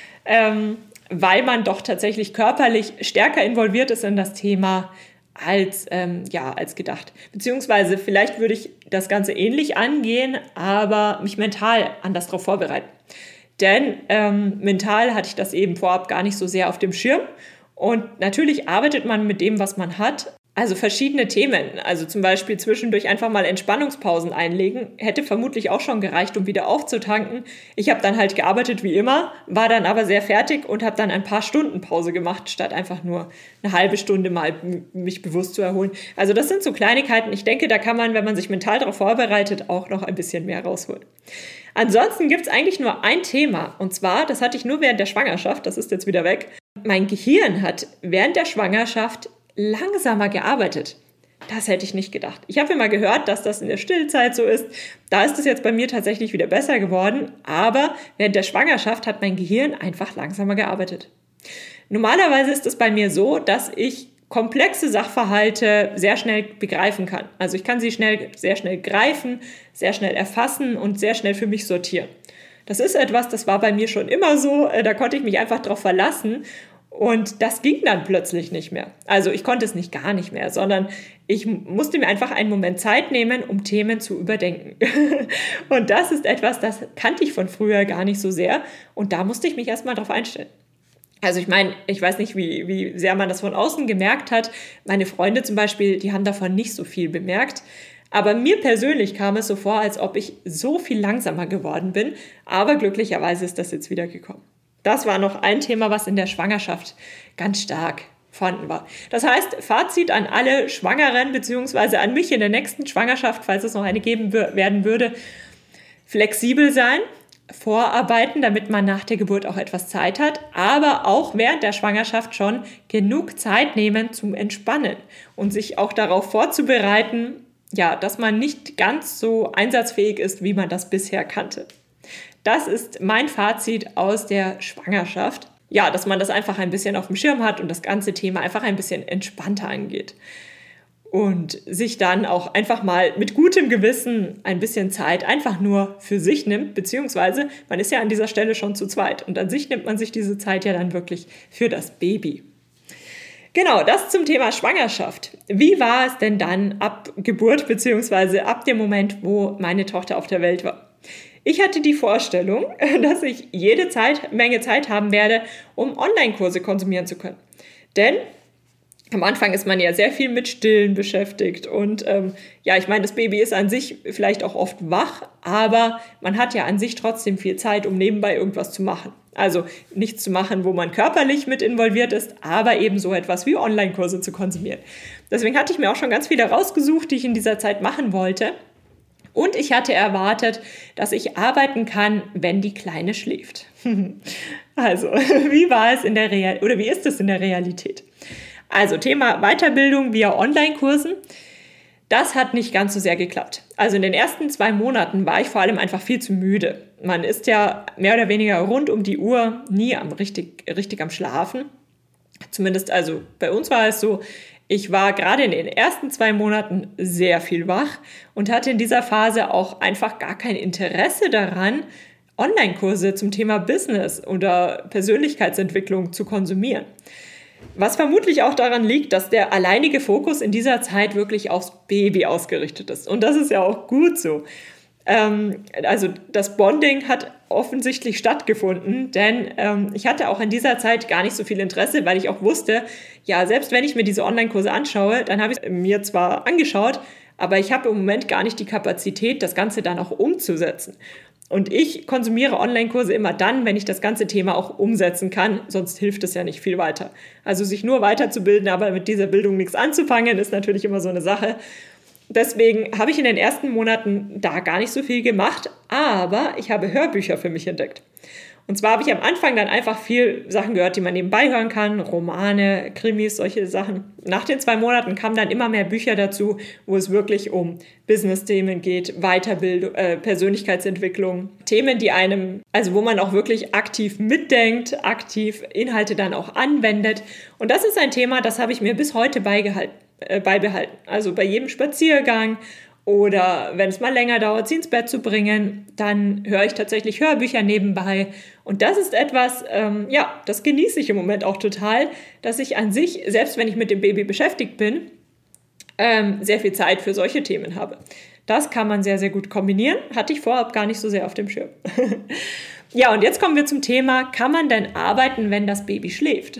weil man doch tatsächlich körperlich stärker involviert ist in das Thema als gedacht. Beziehungsweise vielleicht würde ich das Ganze ähnlich angehen, aber mich mental anders darauf vorbereiten. Denn mental hatte ich das eben vorab gar nicht so sehr auf dem Schirm. Und natürlich arbeitet man mit dem, was man hat. Also verschiedene Themen, also zum Beispiel zwischendurch einfach mal Entspannungspausen einlegen, hätte vermutlich auch schon gereicht, um wieder aufzutanken. Ich habe dann halt gearbeitet wie immer, war dann aber sehr fertig und habe dann ein paar Stunden Pause gemacht, statt einfach nur eine halbe Stunde mal mich bewusst zu erholen. Also das sind so Kleinigkeiten. Ich denke, da kann man, wenn man sich mental darauf vorbereitet, auch noch ein bisschen mehr rausholen. Ansonsten gibt es eigentlich nur ein Thema, und zwar, das hatte ich nur während der Schwangerschaft, das ist jetzt wieder weg. Mein Gehirn hat während der Schwangerschaft langsamer gearbeitet. Das hätte ich nicht gedacht. Ich habe immer gehört, dass das in der Stillzeit so ist. Da ist es jetzt bei mir tatsächlich wieder besser geworden. Aber während der Schwangerschaft hat mein Gehirn einfach langsamer gearbeitet. Normalerweise ist es bei mir so, dass ich komplexe Sachverhalte sehr schnell begreifen kann. Also ich kann sie sehr schnell greifen, sehr schnell erfassen und sehr schnell für mich sortieren. Das ist etwas, das war bei mir schon immer so. Da konnte ich mich einfach drauf verlassen. Und das ging dann plötzlich nicht mehr. Also ich konnte es nicht gar nicht mehr, sondern ich musste mir einfach einen Moment Zeit nehmen, um Themen zu überdenken. Und das ist etwas, das kannte ich von früher gar nicht so sehr. Und da musste ich mich erstmal drauf einstellen. Also ich meine, ich weiß nicht, wie sehr man das von außen gemerkt hat. Meine Freunde zum Beispiel, die haben davon nicht so viel bemerkt. Aber mir persönlich kam es so vor, als ob ich so viel langsamer geworden bin. Aber glücklicherweise ist das jetzt wieder gekommen. Das war noch ein Thema, was in der Schwangerschaft ganz stark vorhanden war. Das heißt, Fazit an alle Schwangeren beziehungsweise an mich in der nächsten Schwangerschaft, falls es noch eine geben werden würde, flexibel sein, vorarbeiten, damit man nach der Geburt auch etwas Zeit hat, aber auch während der Schwangerschaft schon genug Zeit nehmen zum Entspannen und sich auch darauf vorzubereiten, dass man nicht ganz so einsatzfähig ist, wie man das bisher kannte. Das ist mein Fazit aus der Schwangerschaft. Ja, dass man das einfach ein bisschen auf dem Schirm hat und das ganze Thema einfach ein bisschen entspannter angeht. Und sich dann auch einfach mal mit gutem Gewissen ein bisschen Zeit einfach nur für sich nimmt, beziehungsweise man ist ja an dieser Stelle schon zu zweit. Und an sich nimmt man sich diese Zeit ja dann wirklich für das Baby. Genau, das zum Thema Schwangerschaft. Wie war es denn dann ab Geburt, beziehungsweise ab dem Moment, wo meine Tochter auf der Welt war? Ich hatte die Vorstellung, dass ich jede Menge Zeit haben werde, um Online-Kurse konsumieren zu können. Denn am Anfang ist man ja sehr viel mit Stillen beschäftigt und ich meine, das Baby ist an sich vielleicht auch oft wach, aber man hat ja an sich trotzdem viel Zeit, um nebenbei irgendwas zu machen. Also nichts zu machen, wo man körperlich mit involviert ist, aber eben so etwas wie Online-Kurse zu konsumieren. Deswegen hatte ich mir auch schon ganz viele rausgesucht, die ich in dieser Zeit machen wollte. Und ich hatte erwartet, dass ich arbeiten kann, wenn die Kleine schläft. Also, wie ist es in der Realität? Also, Thema Weiterbildung via Online-Kursen. Das hat nicht ganz so sehr geklappt. Also in den ersten 2 Monaten war ich vor allem einfach viel zu müde. Man ist ja mehr oder weniger rund um die Uhr nie richtig am Schlafen. Zumindest, also bei uns war es so, Ich war gerade in den ersten 2 Monaten sehr viel wach und hatte in dieser Phase auch einfach gar kein Interesse daran, Online-Kurse zum Thema Business oder Persönlichkeitsentwicklung zu konsumieren. Was vermutlich auch daran liegt, dass der alleinige Fokus in dieser Zeit wirklich aufs Baby ausgerichtet ist. Und das ist ja auch gut so. Also das Bonding hat offensichtlich stattgefunden, denn ich hatte auch in dieser Zeit gar nicht so viel Interesse, weil ich auch wusste, ja, selbst wenn ich mir diese Online-Kurse anschaue, dann habe ich es mir zwar angeschaut, aber ich habe im Moment gar nicht die Kapazität, das Ganze dann auch umzusetzen. Und ich konsumiere Online-Kurse immer dann, wenn ich das ganze Thema auch umsetzen kann, sonst hilft es ja nicht viel weiter. Also sich nur weiterzubilden, aber mit dieser Bildung nichts anzufangen, ist natürlich immer so eine Sache. Deswegen habe ich in den ersten Monaten da gar nicht so viel gemacht, aber ich habe Hörbücher für mich entdeckt. Und zwar habe ich am Anfang dann einfach viel Sachen gehört, die man nebenbei hören kann, Romane, Krimis, solche Sachen. Nach den 2 Monaten kamen dann immer mehr Bücher dazu, wo es wirklich um Business-Themen geht, Weiterbildung, Persönlichkeitsentwicklung, Themen, die einem, also wo man auch wirklich aktiv mitdenkt, aktiv Inhalte dann auch anwendet. Und das ist ein Thema, das habe ich mir bis heute beibehalten. Also bei jedem Spaziergang oder wenn es mal länger dauert, sie ins Bett zu bringen, dann höre ich tatsächlich Hörbücher nebenbei. Und das ist etwas, das genieße ich im Moment auch total, dass ich an sich, selbst wenn ich mit dem Baby beschäftigt bin, sehr viel Zeit für solche Themen habe. Das kann man sehr, sehr gut kombinieren. Hatte ich vorab gar nicht so sehr auf dem Schirm. Ja, und jetzt kommen wir zum Thema, kann man denn arbeiten, wenn das Baby schläft?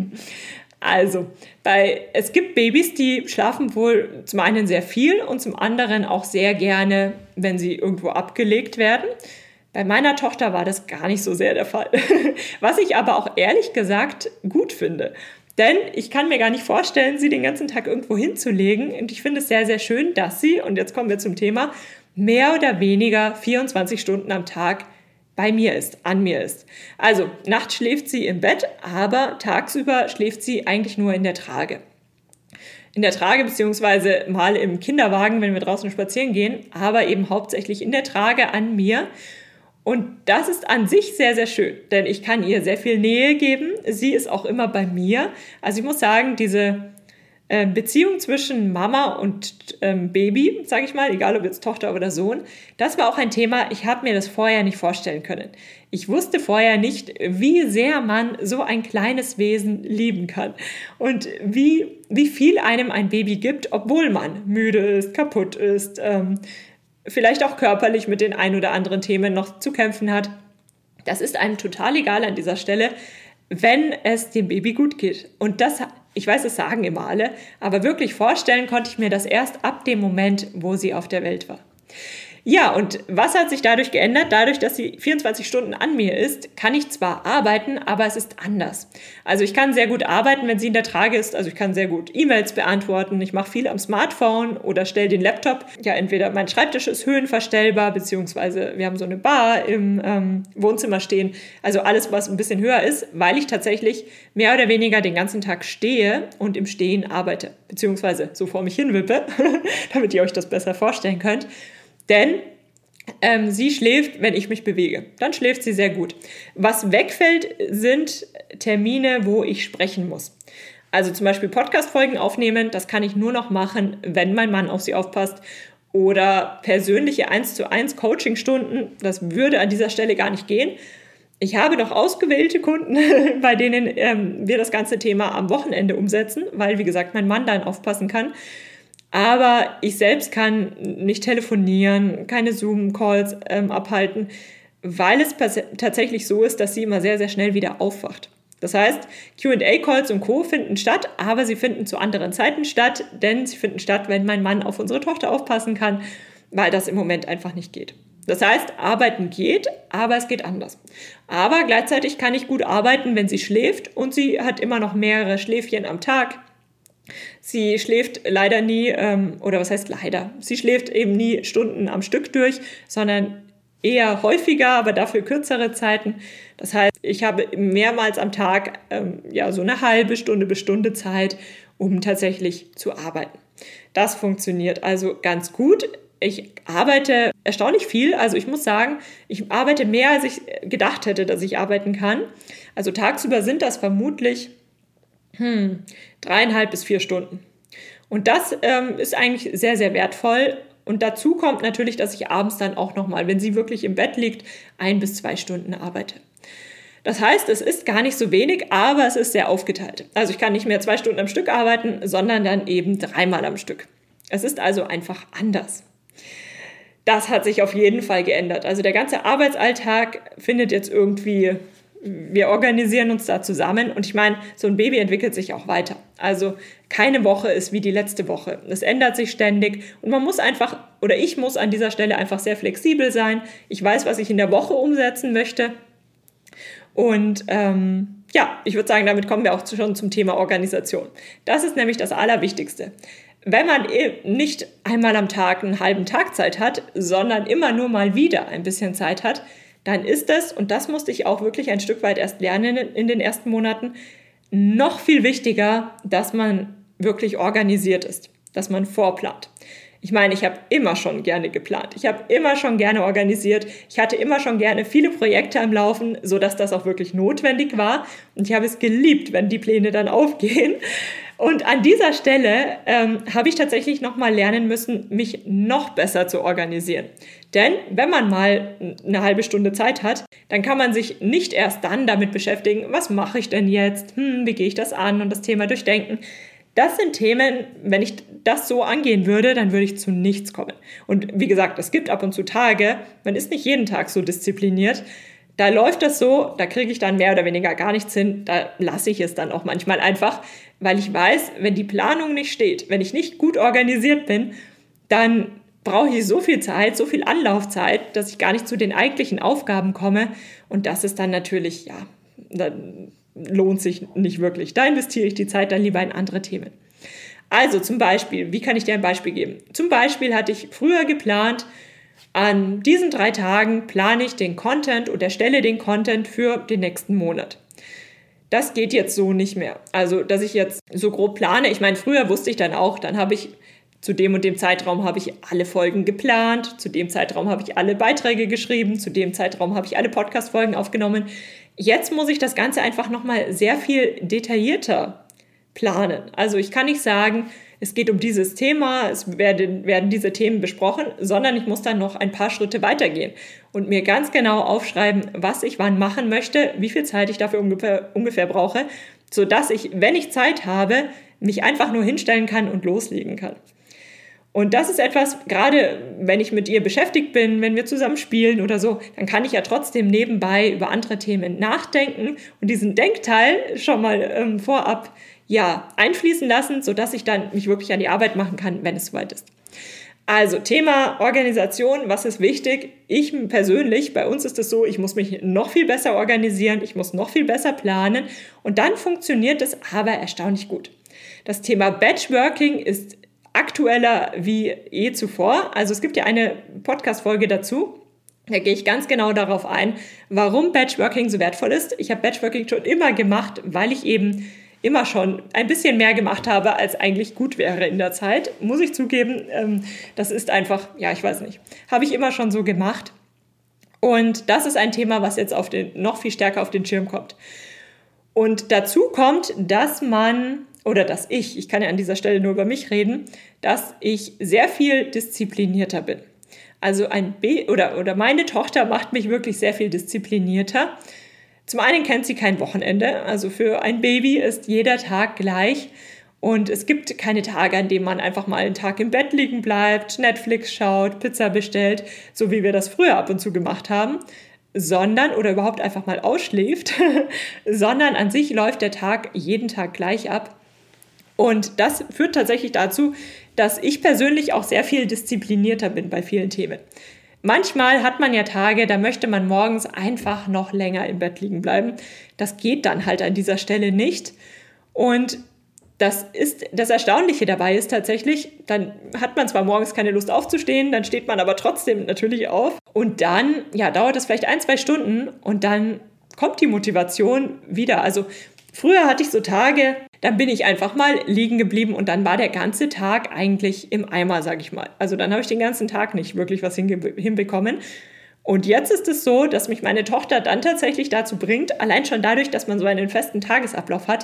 Also, es gibt Babys, die schlafen wohl zum einen sehr viel und zum anderen auch sehr gerne, wenn sie irgendwo abgelegt werden. Bei meiner Tochter war das gar nicht so sehr der Fall. Was ich aber auch ehrlich gesagt gut finde. Denn ich kann mir gar nicht vorstellen, sie den ganzen Tag irgendwo hinzulegen. Und ich finde es sehr, sehr schön, dass sie, und jetzt kommen wir zum Thema, mehr oder weniger 24 Stunden am Tag bei mir ist, an mir ist. Also nachts schläft sie im Bett, aber tagsüber schläft sie eigentlich nur in der Trage. In der Trage beziehungsweise mal im Kinderwagen, wenn wir draußen spazieren gehen, aber eben hauptsächlich in der Trage an mir. Und das ist an sich sehr, sehr schön, denn ich kann ihr sehr viel Nähe geben. Sie ist auch immer bei mir. Also ich muss sagen, diese Beziehung zwischen Mama und Baby, sage ich mal, egal ob jetzt Tochter oder Sohn, das war auch ein Thema, ich habe mir das vorher nicht vorstellen können. Ich wusste vorher nicht, wie sehr man so ein kleines Wesen lieben kann und wie viel einem ein Baby gibt, obwohl man müde ist, kaputt ist, vielleicht auch körperlich mit den ein oder anderen Themen noch zu kämpfen hat. Das ist einem total egal an dieser Stelle, wenn es dem Baby gut geht. Und das, ich weiß, das sagen immer alle, aber wirklich vorstellen konnte ich mir das erst ab dem Moment, wo sie auf der Welt war. Ja, und was hat sich dadurch geändert? Dadurch, dass sie 24 Stunden an mir ist, kann ich zwar arbeiten, aber es ist anders. Also ich kann sehr gut arbeiten, wenn sie in der Trage ist. Also ich kann sehr gut E-Mails beantworten. Ich mache viel am Smartphone oder stelle den Laptop. Ja, entweder mein Schreibtisch ist höhenverstellbar, beziehungsweise wir haben so eine Bar im Wohnzimmer stehen. Also alles, was ein bisschen höher ist, weil ich tatsächlich mehr oder weniger den ganzen Tag stehe und im Stehen arbeite. Beziehungsweise so vor mich hin wippe, damit ihr euch das besser vorstellen könnt. Denn sie schläft, wenn ich mich bewege. Dann schläft sie sehr gut. Was wegfällt, sind Termine, wo ich sprechen muss. Also zum Beispiel Podcast-Folgen aufnehmen, das kann ich nur noch machen, wenn mein Mann auf sie aufpasst. Oder persönliche 1:1 Coaching-Stunden, das würde an dieser Stelle gar nicht gehen. Ich habe noch ausgewählte Kunden, bei denen wir das ganze Thema am Wochenende umsetzen, weil, wie gesagt, mein Mann dann aufpassen kann. Aber ich selbst kann nicht telefonieren, keine Zoom-Calls abhalten, weil es tatsächlich so ist, dass sie immer sehr, sehr schnell wieder aufwacht. Das heißt, Q&A-Calls und Co. finden statt, aber sie finden zu anderen Zeiten statt, denn sie finden statt, wenn mein Mann auf unsere Tochter aufpassen kann, weil das im Moment einfach nicht geht. Das heißt, arbeiten geht, aber es geht anders. Aber gleichzeitig kann ich gut arbeiten, wenn sie schläft und sie hat immer noch mehrere Schläfchen am Tag. Sie schläft leider nie, oder was heißt leider? Sie schläft eben nie Stunden am Stück durch, sondern eher häufiger, aber dafür kürzere Zeiten. Das heißt, ich habe mehrmals am Tag so eine halbe Stunde bis Stunde Zeit, um tatsächlich zu arbeiten. Das funktioniert also ganz gut. Ich arbeite erstaunlich viel, also ich muss sagen, ich arbeite mehr, als ich gedacht hätte, dass ich arbeiten kann. Also tagsüber sind das vermutlich 3,5 bis 4 Stunden. Und das ist eigentlich sehr, sehr wertvoll. Und dazu kommt natürlich, dass ich abends dann auch nochmal, wenn sie wirklich im Bett liegt, 1 bis 2 Stunden arbeite. Das heißt, es ist gar nicht so wenig, aber es ist sehr aufgeteilt. Also ich kann nicht mehr 2 Stunden am Stück arbeiten, sondern dann eben 3-mal am Stück. Es ist also einfach anders. Das hat sich auf jeden Fall geändert. Also der ganze Arbeitsalltag findet jetzt irgendwie, wir organisieren uns da zusammen. Und ich meine, so ein Baby entwickelt sich auch weiter. Also keine Woche ist wie die letzte Woche. Es ändert sich ständig und man muss einfach, oder ich muss an dieser Stelle einfach sehr flexibel sein. Ich weiß, was ich in der Woche umsetzen möchte. Und ich würde sagen, damit kommen wir auch schon zum Thema Organisation. Das ist nämlich das Allerwichtigste. Wenn man nicht einmal am Tag einen halben Tag Zeit hat, sondern immer nur mal wieder ein bisschen Zeit hat, dann ist es, und das musste ich auch wirklich ein Stück weit erst lernen in den ersten Monaten, noch viel wichtiger, dass man wirklich organisiert ist, dass man vorplant. Ich meine, ich habe immer schon gerne geplant. Ich habe immer schon gerne organisiert. Ich hatte immer schon gerne viele Projekte am Laufen, sodass das auch wirklich notwendig war. Und ich habe es geliebt, wenn die Pläne dann aufgehen. Und an dieser Stelle habe ich tatsächlich nochmal lernen müssen, mich noch besser zu organisieren. Denn wenn man mal eine halbe Stunde Zeit hat, dann kann man sich nicht erst dann damit beschäftigen, was mache ich denn jetzt, wie gehe ich das an und das Thema durchdenken. Das sind Themen, wenn ich das so angehen würde, dann würde ich zu nichts kommen. Und wie gesagt, es gibt ab und zu Tage, man ist nicht jeden Tag so diszipliniert. Da läuft das so, da kriege ich dann mehr oder weniger gar nichts hin, da lasse ich es dann auch manchmal einfach, weil ich weiß, wenn die Planung nicht steht, wenn ich nicht gut organisiert bin, dann brauche ich so viel Zeit, so viel Anlaufzeit, dass ich gar nicht zu den eigentlichen Aufgaben komme. Und das ist dann natürlich, dann lohnt sich nicht wirklich. Da investiere ich die Zeit dann lieber in andere Themen. Also zum Beispiel, wie kann ich dir ein Beispiel geben? Zum Beispiel hatte ich früher geplant, an diesen 3 Tagen plane ich den Content und erstelle den Content für den nächsten Monat. Das geht jetzt so nicht mehr. Also, dass ich jetzt so grob plane. Ich meine, früher wusste ich dann auch, dann habe ich zu dem und dem Zeitraum habe ich alle Folgen geplant, zu dem Zeitraum habe ich alle Beiträge geschrieben, zu dem Zeitraum habe ich alle Podcast-Folgen aufgenommen. Jetzt muss ich das Ganze einfach nochmal sehr viel detaillierter planen. Also ich kann nicht sagen, es geht um dieses Thema, es werden diese Themen besprochen, sondern ich muss dann noch ein paar Schritte weitergehen und mir ganz genau aufschreiben, was ich wann machen möchte, wie viel Zeit ich dafür ungefähr brauche, sodass ich, wenn ich Zeit habe, mich einfach nur hinstellen kann und loslegen kann. Und das ist etwas, gerade wenn ich mit ihr beschäftigt bin, wenn wir zusammen spielen oder so, dann kann ich ja trotzdem nebenbei über andere Themen nachdenken und diesen Denkteil schon mal vorab einfließen lassen, sodass ich dann mich wirklich an die Arbeit machen kann, wenn es soweit ist. Also Thema Organisation, was ist wichtig? Ich persönlich, bei uns ist es so, ich muss mich noch viel besser organisieren, ich muss noch viel besser planen und dann funktioniert es aber erstaunlich gut. Das Thema Batchworking ist aktueller wie je zuvor. Also es gibt ja eine Podcast-Folge dazu. Da gehe ich ganz genau darauf ein, warum Batchworking so wertvoll ist. Ich habe Batchworking schon immer gemacht, weil ich eben immer schon ein bisschen mehr gemacht habe, als eigentlich gut wäre in der Zeit. Muss ich zugeben, das ist einfach, ich weiß nicht, habe ich immer schon so gemacht. Und das ist ein Thema, was jetzt noch viel stärker auf den Schirm kommt. Und dazu kommt, dass ich kann ja an dieser Stelle nur über mich reden, dass ich sehr viel disziplinierter bin. Also meine Tochter macht mich wirklich sehr viel disziplinierter. Zum einen kennt sie kein Wochenende, also für ein Baby ist jeder Tag gleich und es gibt keine Tage, an denen man einfach mal einen Tag im Bett liegen bleibt, Netflix schaut, Pizza bestellt, so wie wir das früher ab und zu gemacht haben, oder überhaupt einfach mal ausschläft, sondern an sich läuft der Tag jeden Tag gleich ab. Und das führt tatsächlich dazu, dass ich persönlich auch sehr viel disziplinierter bin bei vielen Themen. Manchmal hat man ja Tage, da möchte man morgens einfach noch länger im Bett liegen bleiben. Das geht dann halt an dieser Stelle nicht. Und das Erstaunliche dabei ist tatsächlich, dann hat man zwar morgens keine Lust aufzustehen, dann steht man aber trotzdem natürlich auf. Und dann dauert es vielleicht 1-2 Stunden und dann kommt die Motivation wieder. Also früher hatte ich so Tage, dann bin ich einfach mal liegen geblieben und dann war der ganze Tag eigentlich im Eimer, sage ich mal. Also dann habe ich den ganzen Tag nicht wirklich was hinbekommen. Und jetzt ist es so, dass mich meine Tochter dann tatsächlich dazu bringt, allein schon dadurch, dass man so einen festen Tagesablauf hat,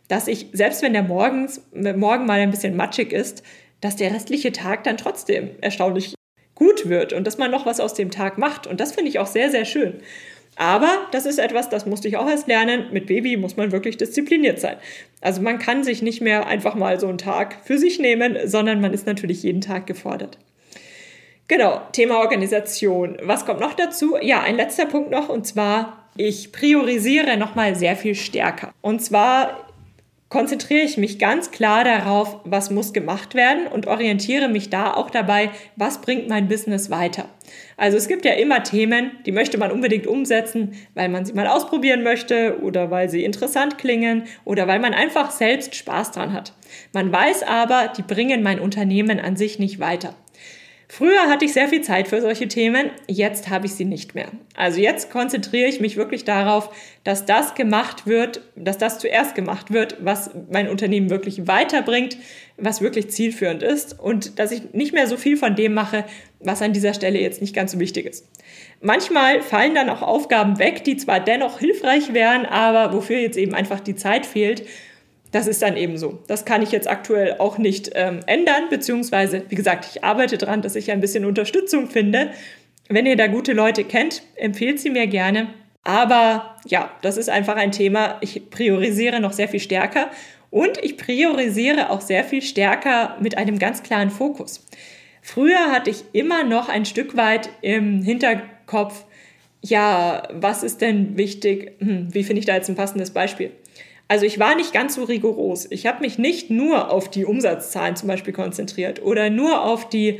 dass ich, selbst wenn der Morgen mal ein bisschen matschig ist, dass der restliche Tag dann trotzdem erstaunlich gut wird und dass man noch was aus dem Tag macht. Und das finde ich auch sehr, sehr schön. Aber das ist etwas, das musste ich auch erst lernen. Mit Baby muss man wirklich diszipliniert sein. Also man kann sich nicht mehr einfach mal so einen Tag für sich nehmen, sondern man ist natürlich jeden Tag gefordert. Genau, Thema Organisation. Was kommt noch dazu? Ja, ein letzter Punkt noch, und zwar, ich priorisiere nochmal sehr viel stärker. Und zwar konzentriere ich mich ganz klar darauf, was muss gemacht werden und orientiere mich da auch dabei, was bringt mein Business weiter. Also es gibt ja immer Themen, die möchte man unbedingt umsetzen, weil man sie mal ausprobieren möchte oder weil sie interessant klingen oder weil man einfach selbst Spaß dran hat. Man weiß aber, die bringen mein Unternehmen an sich nicht weiter. Früher hatte ich sehr viel Zeit für solche Themen, jetzt habe ich sie nicht mehr. Also jetzt konzentriere ich mich wirklich darauf, dass das zuerst gemacht wird, was mein Unternehmen wirklich weiterbringt, was wirklich zielführend ist und dass ich nicht mehr so viel von dem mache, was an dieser Stelle jetzt nicht ganz so wichtig ist. Manchmal fallen dann auch Aufgaben weg, die zwar dennoch hilfreich wären, aber wofür jetzt eben einfach die Zeit fehlt. Das ist dann eben so. Das kann ich jetzt aktuell auch nicht ändern, beziehungsweise, wie gesagt, ich arbeite daran, dass ich ein bisschen Unterstützung finde. Wenn ihr da gute Leute kennt, empfehlt sie mir gerne. Aber ja, das ist einfach ein Thema. Ich priorisiere noch sehr viel stärker und ich priorisiere auch sehr viel stärker mit einem ganz klaren Fokus. Früher hatte ich immer noch ein Stück weit im Hinterkopf, ja, was ist denn wichtig? Wie finde ich da jetzt ein passendes Beispiel? Also ich war nicht ganz so rigoros. Ich habe mich nicht nur auf die Umsatzzahlen zum Beispiel konzentriert oder nur auf die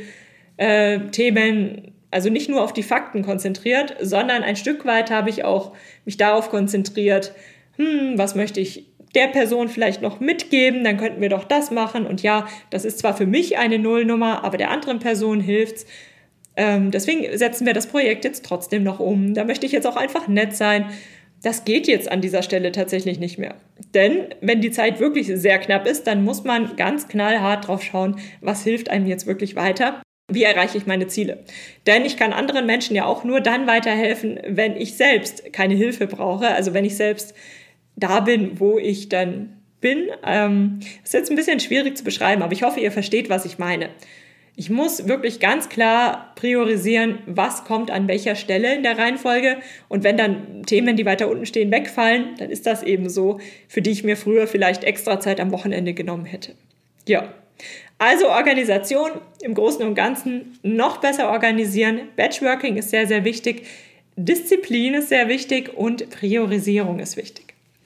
Themen, also nicht nur auf die Fakten konzentriert, sondern ein Stück weit habe ich auch mich darauf konzentriert, was möchte ich der Person vielleicht noch mitgeben, dann könnten wir doch das machen. Und ja, das ist zwar für mich eine Nullnummer, aber der anderen Person hilft's. Deswegen setzen wir das Projekt jetzt trotzdem noch um. Da möchte ich jetzt auch einfach nett sein. Das geht jetzt an dieser Stelle tatsächlich nicht mehr. Denn wenn die Zeit wirklich sehr knapp ist, dann muss man ganz knallhart drauf schauen, was hilft einem jetzt wirklich weiter. Wie erreiche ich meine Ziele? Denn ich kann anderen Menschen ja auch nur dann weiterhelfen, wenn ich selbst keine Hilfe brauche. Also wenn ich selbst da bin, wo ich dann bin. Ist jetzt ein bisschen schwierig zu beschreiben, aber ich hoffe, ihr versteht, was ich meine. Ich muss wirklich ganz klar priorisieren, was kommt an welcher Stelle in der Reihenfolge. Und wenn dann Themen, die weiter unten stehen, wegfallen, dann ist das eben so, für die ich mir früher vielleicht extra Zeit am Wochenende genommen hätte. Ja, also Organisation im Großen und Ganzen noch besser organisieren. Batchworking ist sehr, sehr wichtig. Disziplin ist sehr wichtig und Priorisierung ist wichtig.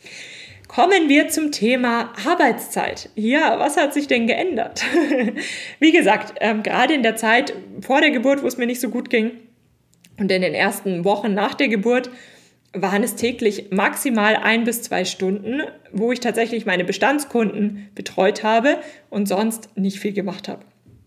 Kommen wir zum Thema Arbeitszeit. Ja, was hat sich denn geändert? Wie gesagt, gerade in der Zeit vor der Geburt, wo es mir nicht so gut ging und in den ersten Wochen nach der Geburt, waren es täglich maximal 1 bis 2 Stunden, wo ich tatsächlich meine Bestandskunden betreut habe und sonst nicht viel gemacht habe.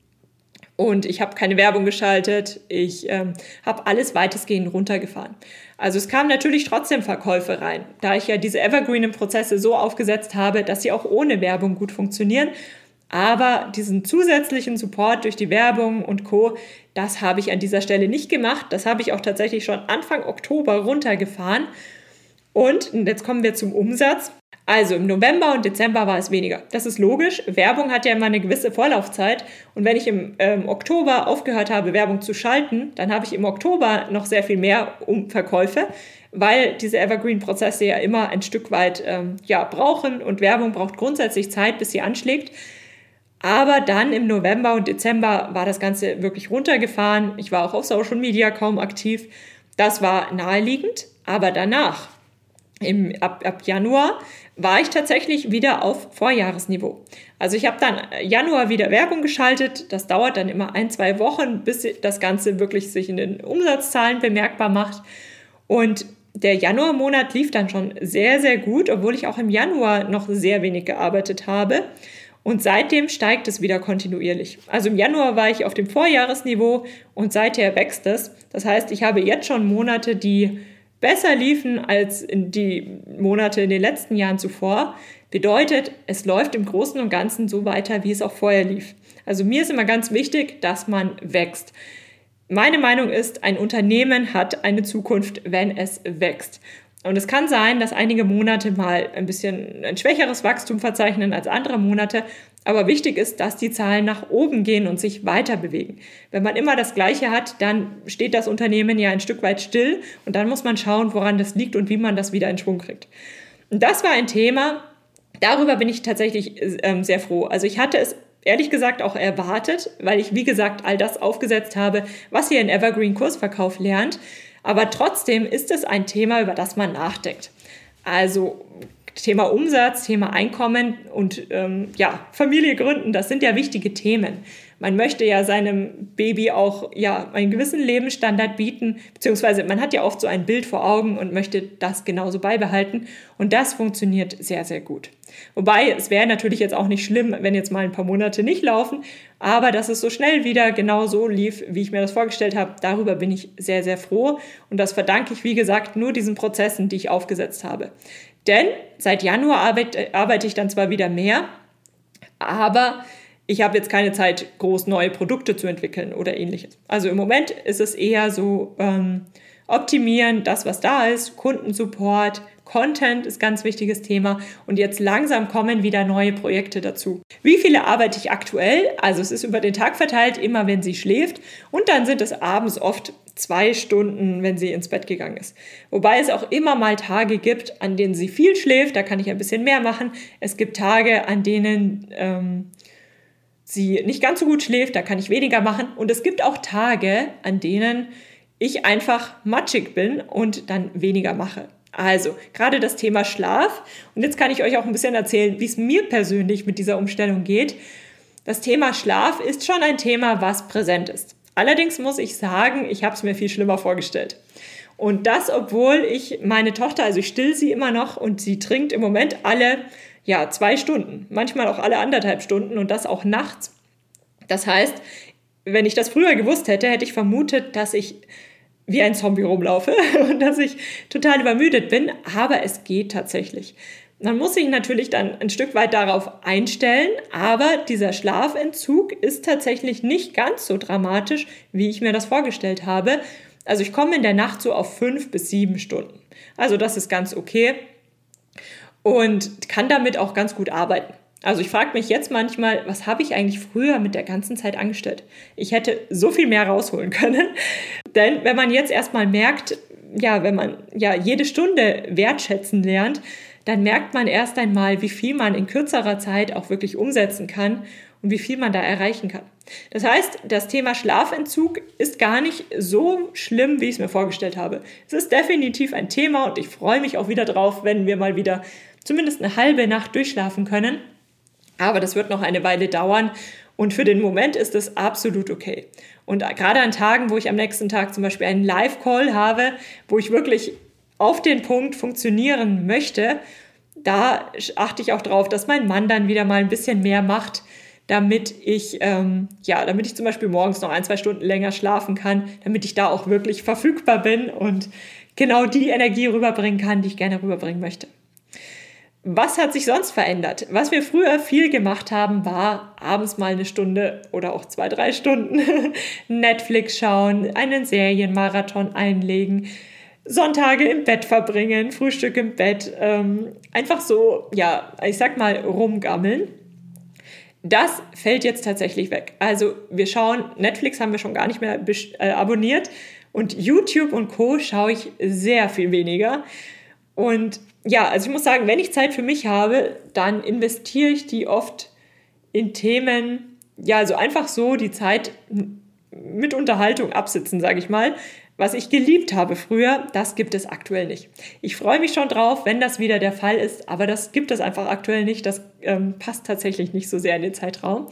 Und ich habe keine Werbung geschaltet, ich habe alles weitestgehend runtergefahren. Also es kamen natürlich trotzdem Verkäufe rein, da ich ja diese Evergreen-Prozesse so aufgesetzt habe, dass sie auch ohne Werbung gut funktionieren. Aber diesen zusätzlichen Support durch die Werbung und Co., das habe ich an dieser Stelle nicht gemacht. Das habe ich auch tatsächlich schon Anfang Oktober runtergefahren. Und jetzt kommen wir zum Umsatz. Also im November und Dezember war es weniger. Das ist logisch. Werbung hat ja immer eine gewisse Vorlaufzeit. Und wenn ich im Oktober aufgehört habe, Werbung zu schalten, dann habe ich im Oktober noch sehr viel mehr Verkäufe, weil diese Evergreen-Prozesse ja immer ein Stück weit brauchen. Und Werbung braucht grundsätzlich Zeit, bis sie anschlägt. Aber dann im November und Dezember war das Ganze wirklich runtergefahren. Ich war auch auf Social Media kaum aktiv. Das war naheliegend. Aber danach, ab Januar, war ich tatsächlich wieder auf Vorjahresniveau. Also ich habe dann Januar wieder Werbung geschaltet. Das dauert dann immer 1-2 Wochen, bis das Ganze wirklich sich in den Umsatzzahlen bemerkbar macht. Und der Januarmonat lief dann schon sehr, sehr gut, obwohl ich auch im Januar noch sehr wenig gearbeitet habe. Und seitdem steigt es wieder kontinuierlich. Also im Januar war ich auf dem Vorjahresniveau und seither wächst es. Das heißt, ich habe jetzt schon Monate, die besser liefen als in die Monate in den letzten Jahren zuvor. Bedeutet, es läuft im Großen und Ganzen so weiter, wie es auch vorher lief. Also mir ist immer ganz wichtig, dass man wächst. Meine Meinung ist, ein Unternehmen hat eine Zukunft, wenn es wächst. Und es kann sein, dass einige Monate mal ein bisschen ein schwächeres Wachstum verzeichnen als andere Monate. Aber wichtig ist, dass die Zahlen nach oben gehen und sich weiter bewegen. Wenn man immer das Gleiche hat, dann steht das Unternehmen ja ein Stück weit still. Und dann muss man schauen, woran das liegt und wie man das wieder in Schwung kriegt. Und das war ein Thema, darüber bin ich tatsächlich sehr froh. Also ich hatte es ehrlich gesagt auch erwartet, weil ich, wie gesagt, all das aufgesetzt habe, was ihr in Evergreen Kursverkauf lernt. Aber trotzdem ist es ein Thema, über das man nachdenkt. Also Thema Umsatz, Thema Einkommen und Familie gründen, das sind ja wichtige Themen. Man möchte ja seinem Baby auch einen gewissen Lebensstandard bieten, beziehungsweise man hat ja oft so ein Bild vor Augen und möchte das genauso beibehalten. Und das funktioniert sehr, sehr gut. Wobei, es wäre natürlich jetzt auch nicht schlimm, wenn jetzt mal ein paar Monate nicht laufen, aber dass es so schnell wieder genau so lief, wie ich mir das vorgestellt habe, darüber bin ich sehr, sehr froh. Und das verdanke ich, wie gesagt, nur diesen Prozessen, die ich aufgesetzt habe. Denn seit Januar arbeite ich dann zwar wieder mehr, aber ich habe jetzt keine Zeit, groß neue Produkte zu entwickeln oder ähnliches. Also im Moment ist es eher so optimieren, das, was da ist, Kundensupport, Content ist ganz wichtiges Thema und jetzt langsam kommen wieder neue Projekte dazu. Wie viele arbeite ich aktuell? Also es ist über den Tag verteilt, immer wenn sie schläft und dann sind es abends oft 2 Stunden, wenn sie ins Bett gegangen ist. Wobei es auch immer mal Tage gibt, an denen sie viel schläft, da kann ich ein bisschen mehr machen. Es gibt Tage, an denen sie nicht ganz so gut schläft, da kann ich weniger machen. Und es gibt auch Tage, an denen ich einfach matschig bin und dann weniger mache. Also, gerade das Thema Schlaf. Und jetzt kann ich euch auch ein bisschen erzählen, wie es mir persönlich mit dieser Umstellung geht. Das Thema Schlaf ist schon ein Thema, was präsent ist. Allerdings muss ich sagen, ich habe es mir viel schlimmer vorgestellt. Und das, obwohl ich meine Tochter, also ich still sie immer noch und sie trinkt im Moment alle 2 Stunden, manchmal auch alle 1,5 Stunden und das auch nachts. Das heißt, wenn ich das früher gewusst hätte, hätte ich vermutet, dass ich wie ein Zombie rumlaufe und dass ich total übermüdet bin, aber es geht tatsächlich. Man muss sich natürlich dann ein Stück weit darauf einstellen, aber dieser Schlafentzug ist tatsächlich nicht ganz so dramatisch, wie ich mir das vorgestellt habe. Also ich komme in der Nacht so auf 5 bis 7 Stunden. Also das ist ganz okay und kann damit auch ganz gut arbeiten. Also ich frage mich jetzt manchmal, was habe ich eigentlich früher mit der ganzen Zeit angestellt? Ich hätte so viel mehr rausholen können. Denn wenn man jetzt erstmal merkt, wenn man jede Stunde wertschätzen lernt, dann merkt man erst einmal, wie viel man in kürzerer Zeit auch wirklich umsetzen kann und wie viel man da erreichen kann. Das heißt, das Thema Schlafentzug ist gar nicht so schlimm, wie ich es mir vorgestellt habe. Es ist definitiv ein Thema und ich freue mich auch wieder drauf, wenn wir mal wieder zumindest eine halbe Nacht durchschlafen können. Aber das wird noch eine Weile dauern und für den Moment ist es absolut okay. Und gerade an Tagen, wo ich am nächsten Tag zum Beispiel einen Live-Call habe, wo ich wirklich auf den Punkt funktionieren möchte, da achte ich auch drauf, dass mein Mann dann wieder mal ein bisschen mehr macht, damit ich zum Beispiel morgens noch 1-2 Stunden länger schlafen kann, damit ich da auch wirklich verfügbar bin und genau die Energie rüberbringen kann, die ich gerne rüberbringen möchte. Was hat sich sonst verändert? Was wir früher viel gemacht haben, war abends mal 1 Stunde oder auch 2-3 Stunden Netflix schauen, einen Serienmarathon einlegen, Sonntage im Bett verbringen, Frühstück im Bett, einfach so, ich sag mal, rumgammeln. Das fällt jetzt tatsächlich weg. Also wir schauen, Netflix haben wir schon gar nicht mehr abonniert und YouTube und Co. schaue ich sehr viel weniger. Und also ich muss sagen, wenn ich Zeit für mich habe, dann investiere ich die oft in Themen, so einfach so die Zeit mit Unterhaltung absitzen, sage ich mal. Was ich geliebt habe früher, das gibt es aktuell nicht. Ich freue mich schon drauf, wenn das wieder der Fall ist, aber das gibt es einfach aktuell nicht. Das passt tatsächlich nicht so sehr in den Zeitraum.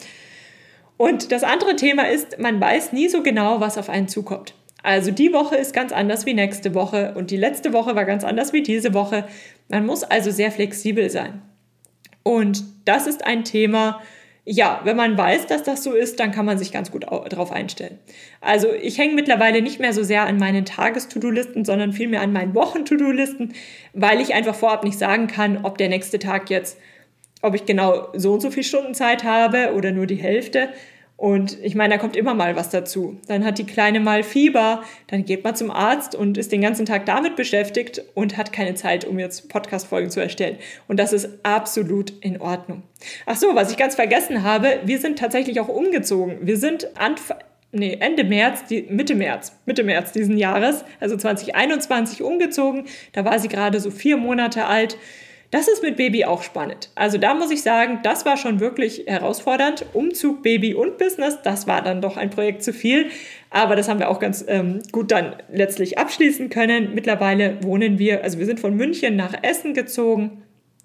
Und das andere Thema ist, man weiß nie so genau, was auf einen zukommt. Also die Woche ist ganz anders wie nächste Woche und die letzte Woche war ganz anders wie diese Woche. Man muss also sehr flexibel sein. Und das ist ein Thema, wenn man weiß, dass das so ist, dann kann man sich ganz gut darauf einstellen. Also ich hänge mittlerweile nicht mehr so sehr an meinen Tages-To-Do-Listen, sondern vielmehr an meinen Wochen-To-Do-Listen, weil ich einfach vorab nicht sagen kann, ob der nächste Tag jetzt, ob ich genau so und so viel Stunden Zeit habe oder nur die Hälfte. Und ich meine, da kommt immer mal was dazu. Dann hat die Kleine mal Fieber, dann geht man zum Arzt und ist den ganzen Tag damit beschäftigt und hat keine Zeit, um jetzt Podcast-Folgen zu erstellen. Und das ist absolut in Ordnung. Ach so, was ich ganz vergessen habe, wir sind tatsächlich auch umgezogen. Wir sind Ende März, Mitte März diesen Jahres, also 2021 umgezogen. Da war sie gerade so 4 Monate alt. Das ist mit Baby auch spannend. Also da muss ich sagen, das war schon wirklich herausfordernd. Umzug, Baby und Business, das war dann doch ein Projekt zu viel. Aber das haben wir auch ganz gut dann letztlich abschließen können. Mittlerweile wir sind von München nach Essen gezogen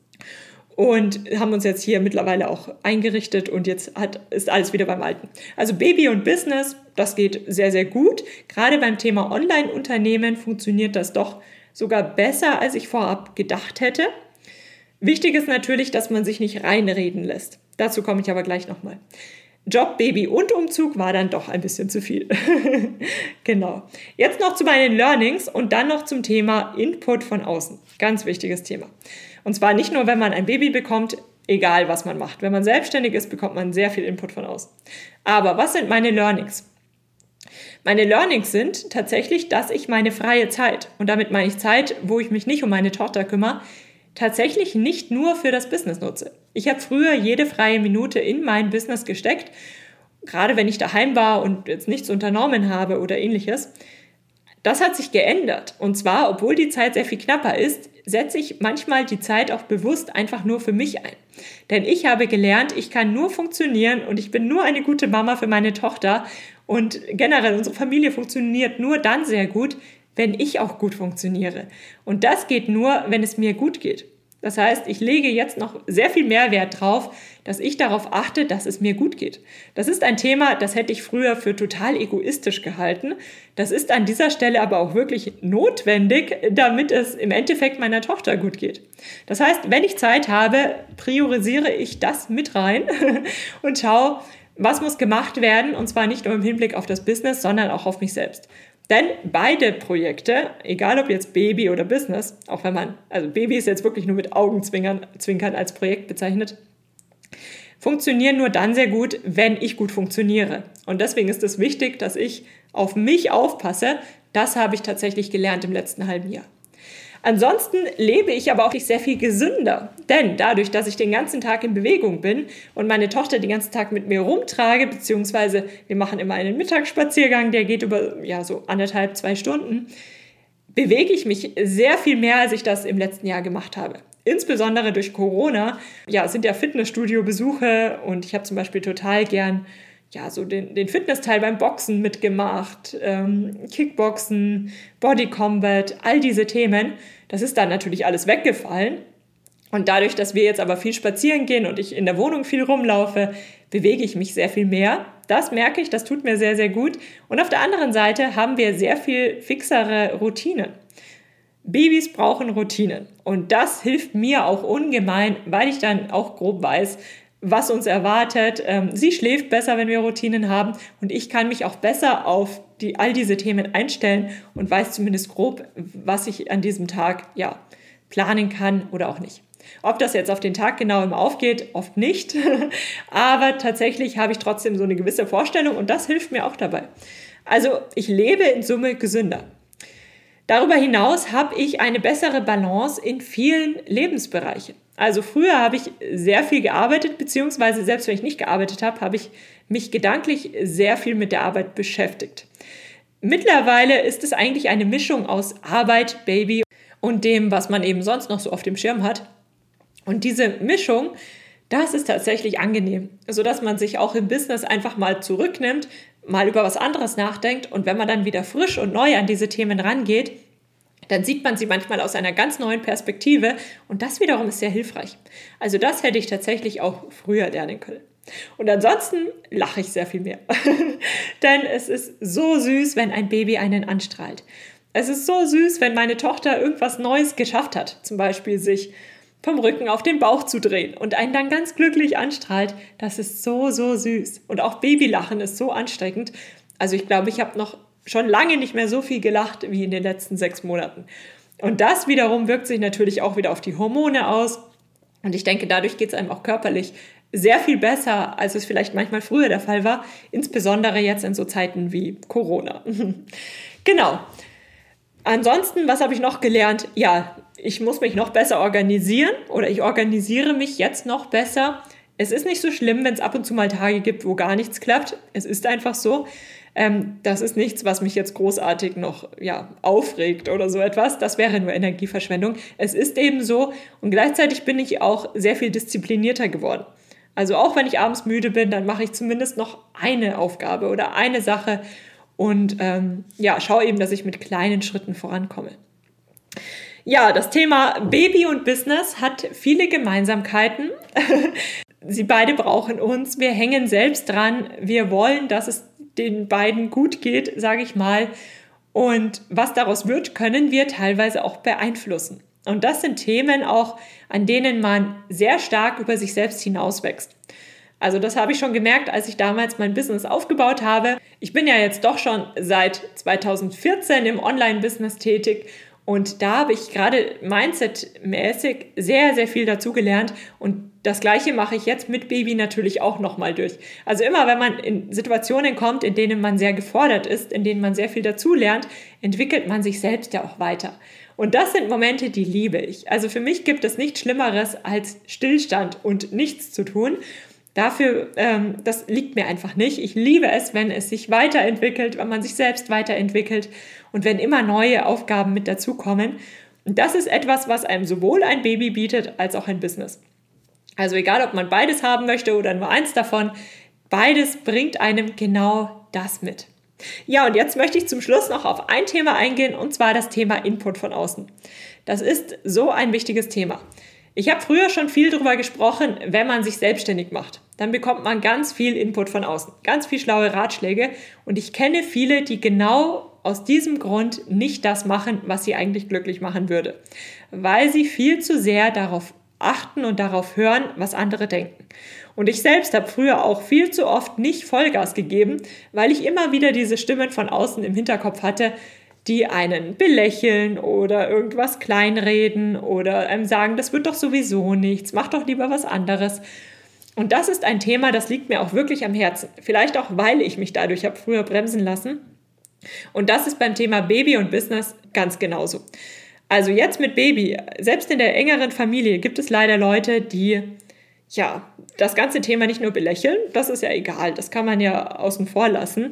und haben uns jetzt hier mittlerweile auch eingerichtet und jetzt ist alles wieder beim Alten. Also Baby und Business, das geht sehr, sehr gut. Gerade beim Thema Online-Unternehmen funktioniert das doch sogar besser, als ich vorab gedacht hätte. Wichtig ist natürlich, dass man sich nicht reinreden lässt. Dazu komme ich aber gleich nochmal. Job, Baby und Umzug war dann doch ein bisschen zu viel. Genau. Jetzt noch zu meinen Learnings und dann noch zum Thema Input von außen. Ganz wichtiges Thema. Und zwar nicht nur, wenn man ein Baby bekommt, egal was man macht. Wenn man selbstständig ist, bekommt man sehr viel Input von außen. Aber was sind meine Learnings? Meine Learnings sind tatsächlich, dass ich meine freie Zeit, und damit meine ich Zeit, wo ich mich nicht um meine Tochter kümmere, tatsächlich nicht nur für das Business nutze. Ich habe früher jede freie Minute in mein Business gesteckt, gerade wenn ich daheim war und jetzt nichts unternommen habe oder ähnliches. Das hat sich geändert. Und zwar, obwohl die Zeit sehr viel knapper ist, setze ich manchmal die Zeit auch bewusst einfach nur für mich ein. Denn ich habe gelernt, ich kann nur funktionieren und ich bin nur eine gute Mama für meine Tochter. Und generell unsere Familie funktioniert nur dann sehr gut, wenn ich auch gut funktioniere. Und das geht nur, wenn es mir gut geht. Das heißt, ich lege jetzt noch sehr viel mehr Wert drauf, dass ich darauf achte, dass es mir gut geht. Das ist ein Thema, das hätte ich früher für total egoistisch gehalten. Das ist an dieser Stelle aber auch wirklich notwendig, damit es im Endeffekt meiner Tochter gut geht. Das heißt, wenn ich Zeit habe, priorisiere ich das mit rein und schaue, was muss gemacht werden, und zwar nicht nur im Hinblick auf das Business, sondern auch auf mich selbst. Denn beide Projekte, egal ob jetzt Baby oder Business, auch wenn also Baby ist jetzt wirklich nur mit Augenzwinkern als Projekt bezeichnet, funktionieren nur dann sehr gut, wenn ich gut funktioniere. Und deswegen ist es wichtig, dass ich auf mich aufpasse. Das habe ich tatsächlich gelernt im letzten halben Jahr. Ansonsten lebe ich aber auch sehr viel gesünder, denn dadurch, dass ich den ganzen Tag in Bewegung bin und meine Tochter den ganzen Tag mit mir rumtrage, beziehungsweise wir machen immer einen Mittagsspaziergang, der geht über so 1,5-2 Stunden, bewege ich mich sehr viel mehr, als ich das im letzten Jahr gemacht habe. Insbesondere durch Corona, sind ja Fitnessstudio-Besuche und ich habe zum Beispiel total gern so den Fitnessteil beim Boxen mitgemacht, Kickboxen, Body Combat, all diese Themen. Das ist dann natürlich alles weggefallen. Und dadurch, dass wir jetzt aber viel spazieren gehen und ich in der Wohnung viel rumlaufe, bewege ich mich sehr viel mehr. Das merke ich, das tut mir sehr, sehr gut. Und auf der anderen Seite haben wir sehr viel fixere Routinen. Babys brauchen Routinen. Und das hilft mir auch ungemein, weil ich dann auch grob weiß, was uns erwartet. Sie schläft besser, wenn wir Routinen haben und ich kann mich auch besser auf all diese Themen einstellen und weiß zumindest grob, was ich an diesem Tag planen kann oder auch nicht. Ob das jetzt auf den Tag genau immer aufgeht, oft nicht, aber tatsächlich habe ich trotzdem so eine gewisse Vorstellung und das hilft mir auch dabei. Also ich lebe in Summe gesünder. Darüber hinaus habe ich eine bessere Balance in vielen Lebensbereichen. Also früher habe ich sehr viel gearbeitet, beziehungsweise selbst wenn ich nicht gearbeitet habe, habe ich mich gedanklich sehr viel mit der Arbeit beschäftigt. Mittlerweile ist es eigentlich eine Mischung aus Arbeit, Baby und dem, was man eben sonst noch so auf dem Schirm hat. Und diese Mischung, das ist tatsächlich angenehm, sodass man sich auch im Business einfach mal zurücknimmt, mal über was anderes nachdenkt und wenn man dann wieder frisch und neu an diese Themen rangeht, dann sieht man sie manchmal aus einer ganz neuen Perspektive und das wiederum ist sehr hilfreich. Also das hätte ich tatsächlich auch früher lernen können. Und ansonsten lache ich sehr viel mehr, denn es ist so süß, wenn ein Baby einen anstrahlt. Es ist so süß, wenn meine Tochter irgendwas Neues geschafft hat, zum Beispiel sich vom Rücken auf den Bauch zu drehen und einen dann ganz glücklich anstrahlt. Das ist so, so süß. Und auch Babylachen ist so ansteckend. Also ich glaube, ich habe noch schon lange nicht mehr so viel gelacht wie in den letzten 6 Monaten. Und das wiederum wirkt sich natürlich auch wieder auf die Hormone aus. Und ich denke, dadurch geht es einem auch körperlich sehr viel besser, als es vielleicht manchmal früher der Fall war, insbesondere jetzt in so Zeiten wie Corona. Genau. Ansonsten, was habe ich noch gelernt? Ja, ich muss mich noch besser organisieren oder ich organisiere mich jetzt noch besser. Es ist nicht so schlimm, wenn es ab und zu mal Tage gibt, wo gar nichts klappt. Es ist einfach so. Das ist nichts, was mich jetzt großartig noch aufregt oder so etwas. Das wäre nur Energieverschwendung. Es ist eben so und gleichzeitig bin ich auch sehr viel disziplinierter geworden. Also auch wenn ich abends müde bin, dann mache ich zumindest noch eine Aufgabe oder eine Sache und schaue eben, dass ich mit kleinen Schritten vorankomme. Ja, das Thema Baby und Business hat viele Gemeinsamkeiten. Sie beide brauchen uns. Wir hängen selbst dran. Wir wollen, dass es den beiden gut geht, sage ich mal. Und was daraus wird, können wir teilweise auch beeinflussen. Und das sind Themen auch, an denen man sehr stark über sich selbst hinauswächst. Also das habe ich schon gemerkt, als ich damals mein Business aufgebaut habe. Ich bin ja jetzt doch schon seit 2014 im Online-Business tätig und da habe ich gerade mindset-mäßig sehr, sehr viel dazugelernt und das Gleiche mache ich jetzt mit Baby natürlich auch nochmal durch. Also immer, wenn man in Situationen kommt, in denen man sehr gefordert ist, in denen man sehr viel dazulernt, entwickelt man sich selbst ja auch weiter. Und das sind Momente, die liebe ich. Also für mich gibt es nichts Schlimmeres als Stillstand und nichts zu tun. Dafür, das liegt mir einfach nicht. Ich liebe es, wenn es sich weiterentwickelt, wenn man sich selbst weiterentwickelt und wenn immer neue Aufgaben mit dazukommen. Und das ist etwas, was einem sowohl ein Baby bietet, als auch ein Business. Also egal, ob man beides haben möchte oder nur eins davon, beides bringt einem genau das mit. Ja, und jetzt möchte ich zum Schluss noch auf ein Thema eingehen, und zwar das Thema Input von außen. Das ist so ein wichtiges Thema. Ich habe früher schon viel darüber gesprochen, wenn man sich selbstständig macht. Dann bekommt man ganz viel Input von außen, ganz viel schlaue Ratschläge. Und ich kenne viele, die genau aus diesem Grund nicht das machen, was sie eigentlich glücklich machen würde. Weil sie viel zu sehr darauf achten und darauf hören, was andere denken. Und ich selbst habe früher auch viel zu oft nicht Vollgas gegeben, weil ich immer wieder diese Stimmen von außen im Hinterkopf hatte, die einen belächeln oder irgendwas kleinreden oder einem sagen, das wird doch sowieso nichts, mach doch lieber was anderes. Und das ist ein Thema, das liegt mir auch wirklich am Herzen. Vielleicht auch, weil ich mich dadurch habe früher bremsen lassen. Und das ist beim Thema Baby und Business ganz genauso. Also jetzt mit Baby, selbst in der engeren Familie gibt es leider Leute, die das ganze Thema nicht nur belächeln, das ist ja egal, das kann man ja außen vor lassen,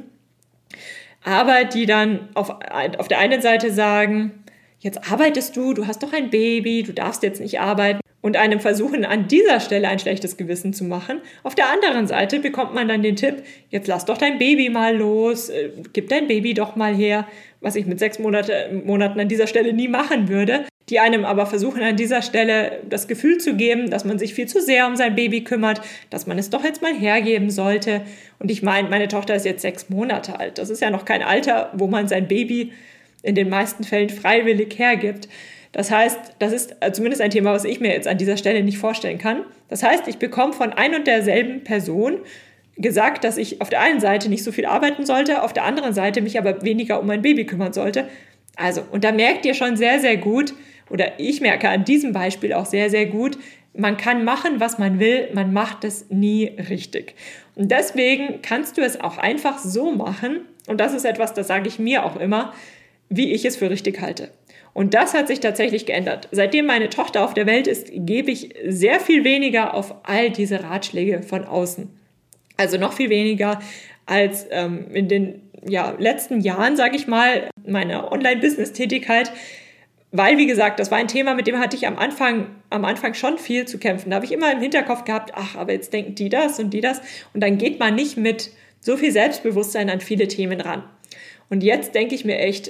aber die dann auf der einen Seite sagen, jetzt arbeitest du hast doch ein Baby, du darfst jetzt nicht arbeiten und einem versuchen, an dieser Stelle ein schlechtes Gewissen zu machen. Auf der anderen Seite bekommt man dann den Tipp, jetzt lass doch dein Baby mal los, gib dein Baby doch mal her, was ich mit 6 Monaten an dieser Stelle nie machen würde, die einem aber versuchen, an dieser Stelle das Gefühl zu geben, dass man sich viel zu sehr um sein Baby kümmert, dass man es doch jetzt mal hergeben sollte. Und ich meine, meine Tochter ist jetzt 6 Monate alt. Das ist ja noch kein Alter, wo man sein Baby in den meisten Fällen freiwillig hergibt. Das heißt, das ist zumindest ein Thema, was ich mir jetzt an dieser Stelle nicht vorstellen kann. Das heißt, ich bekomme von ein und derselben Person gesagt, dass ich auf der einen Seite nicht so viel arbeiten sollte, auf der anderen Seite mich aber weniger um mein Baby kümmern sollte. Also, und da merkt ihr schon sehr, sehr gut, oder ich merke an diesem Beispiel auch sehr, sehr gut, man kann machen, was man will, man macht es nie richtig. Und deswegen kannst du es auch einfach so machen, und das ist etwas, das sage ich mir auch immer, wie ich es für richtig halte. Und das hat sich tatsächlich geändert. Seitdem meine Tochter auf der Welt ist, gebe ich sehr viel weniger auf all diese Ratschläge von außen. Also noch viel weniger als in den letzten Jahren, sage ich mal, meiner Online-Business-Tätigkeit. Weil, wie gesagt, das war ein Thema, mit dem hatte ich am Anfang schon viel zu kämpfen. Da habe ich immer im Hinterkopf gehabt, aber jetzt denken die das und die das. Und dann geht man nicht mit so viel Selbstbewusstsein an viele Themen ran. Und jetzt denke ich mir echt,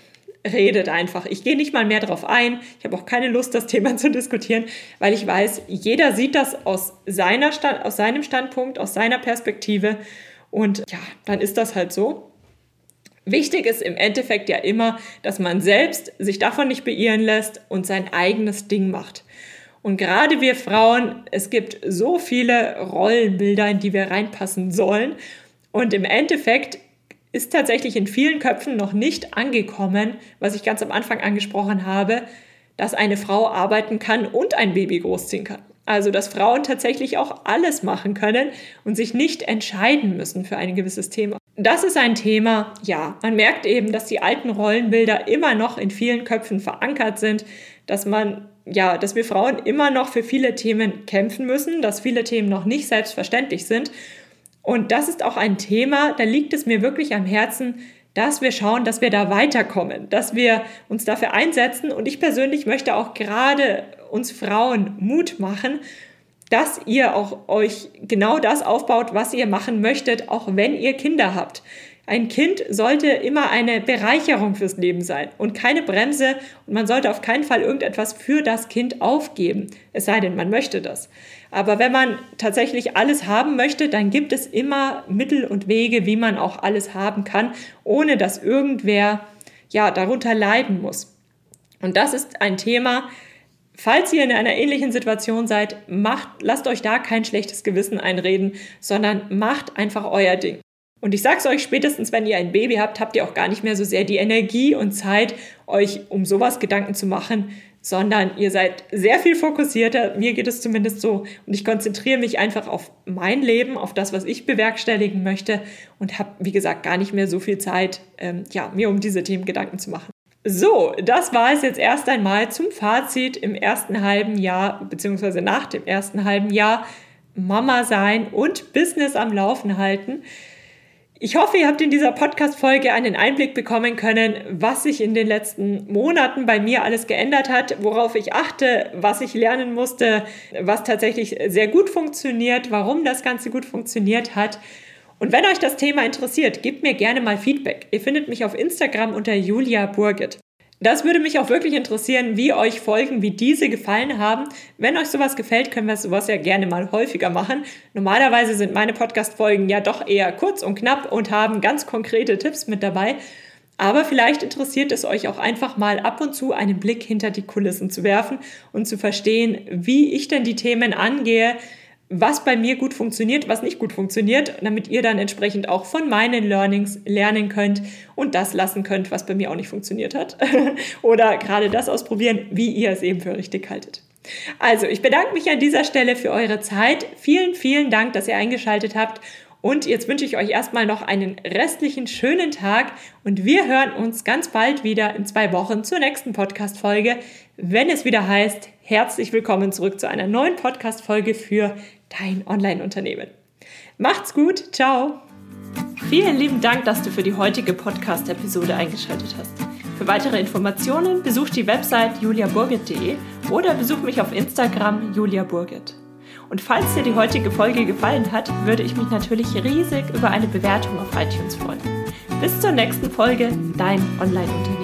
redet einfach. Ich gehe nicht mal mehr drauf ein. Ich habe auch keine Lust, das Thema zu diskutieren, weil ich weiß, jeder sieht das aus seinem Standpunkt, aus seiner Perspektive. Und dann ist das halt so. Wichtig ist im Endeffekt ja immer, dass man selbst sich davon nicht beirren lässt und sein eigenes Ding macht. Und gerade wir Frauen, es gibt so viele Rollenbilder, in die wir reinpassen sollen. Und im Endeffekt ist tatsächlich in vielen Köpfen noch nicht angekommen, was ich ganz am Anfang angesprochen habe, dass eine Frau arbeiten kann und ein Baby großziehen kann. Also, dass Frauen tatsächlich auch alles machen können und sich nicht entscheiden müssen für ein gewisses Thema. Das ist ein Thema, ja, man merkt eben, dass die alten Rollenbilder immer noch in vielen Köpfen verankert sind, dass wir Frauen immer noch für viele Themen kämpfen müssen, dass viele Themen noch nicht selbstverständlich sind. Und das ist auch ein Thema, da liegt es mir wirklich am Herzen, dass wir schauen, dass wir da weiterkommen, dass wir uns dafür einsetzen. Und ich persönlich möchte auch gerade uns Frauen Mut machen, dass ihr auch euch genau das aufbaut, was ihr machen möchtet, auch wenn ihr Kinder habt. Ein Kind sollte immer eine Bereicherung fürs Leben sein und keine Bremse. Und man sollte auf keinen Fall irgendetwas für das Kind aufgeben, es sei denn, man möchte das. Aber wenn man tatsächlich alles haben möchte, dann gibt es immer Mittel und Wege, wie man auch alles haben kann, ohne dass irgendwer darunter leiden muss. Und das ist ein Thema, falls ihr in einer ähnlichen Situation seid, lasst euch da kein schlechtes Gewissen einreden, sondern macht einfach euer Ding. Und ich sag's euch, spätestens wenn ihr ein Baby habt, habt ihr auch gar nicht mehr so sehr die Energie und Zeit, euch um sowas Gedanken zu machen, sondern ihr seid sehr viel fokussierter. Mir geht es zumindest so. Und ich konzentriere mich einfach auf mein Leben, auf das, was ich bewerkstelligen möchte und habe, wie gesagt, gar nicht mehr so viel Zeit, mir um diese Themen Gedanken zu machen. So, das war es jetzt erst einmal zum Fazit im ersten halben Jahr, beziehungsweise nach dem ersten halben Jahr Mama sein und Business am Laufen halten. Ich hoffe, ihr habt in dieser Podcast-Folge einen Einblick bekommen können, was sich in den letzten Monaten bei mir alles geändert hat, worauf ich achte, was ich lernen musste, was tatsächlich sehr gut funktioniert, warum das Ganze gut funktioniert hat. Und wenn euch das Thema interessiert, gebt mir gerne mal Feedback. Ihr findet mich auf Instagram unter Julia Burget. Das würde mich auch wirklich interessieren, wie euch Folgen wie diese gefallen haben. Wenn euch sowas gefällt, können wir sowas ja gerne mal häufiger machen. Normalerweise sind meine Podcast-Folgen ja doch eher kurz und knapp und haben ganz konkrete Tipps mit dabei. Aber vielleicht interessiert es euch auch einfach mal ab und zu einen Blick hinter die Kulissen zu werfen und zu verstehen, wie ich denn die Themen angehe, was bei mir gut funktioniert, was nicht gut funktioniert, damit ihr dann entsprechend auch von meinen Learnings lernen könnt und das lassen könnt, was bei mir auch nicht funktioniert hat. Oder gerade das ausprobieren, wie ihr es eben für richtig haltet. Also, ich bedanke mich an dieser Stelle für eure Zeit. Vielen, vielen Dank, dass ihr eingeschaltet habt. Und jetzt wünsche ich euch erstmal noch einen restlichen schönen Tag und wir hören uns ganz bald wieder in 2 Wochen zur nächsten Podcast-Folge, wenn es wieder heißt, herzlich willkommen zurück zu einer neuen Podcast-Folge für dein Online-Unternehmen. Macht's gut, ciao! Vielen lieben Dank, dass du für die heutige Podcast-Episode eingeschaltet hast. Für weitere Informationen besuch die Website juliaburget.de oder besuch mich auf Instagram juliaburget. Und falls dir die heutige Folge gefallen hat, würde ich mich natürlich riesig über eine Bewertung auf iTunes freuen. Bis zur nächsten Folge, dein Online-Unternehmen.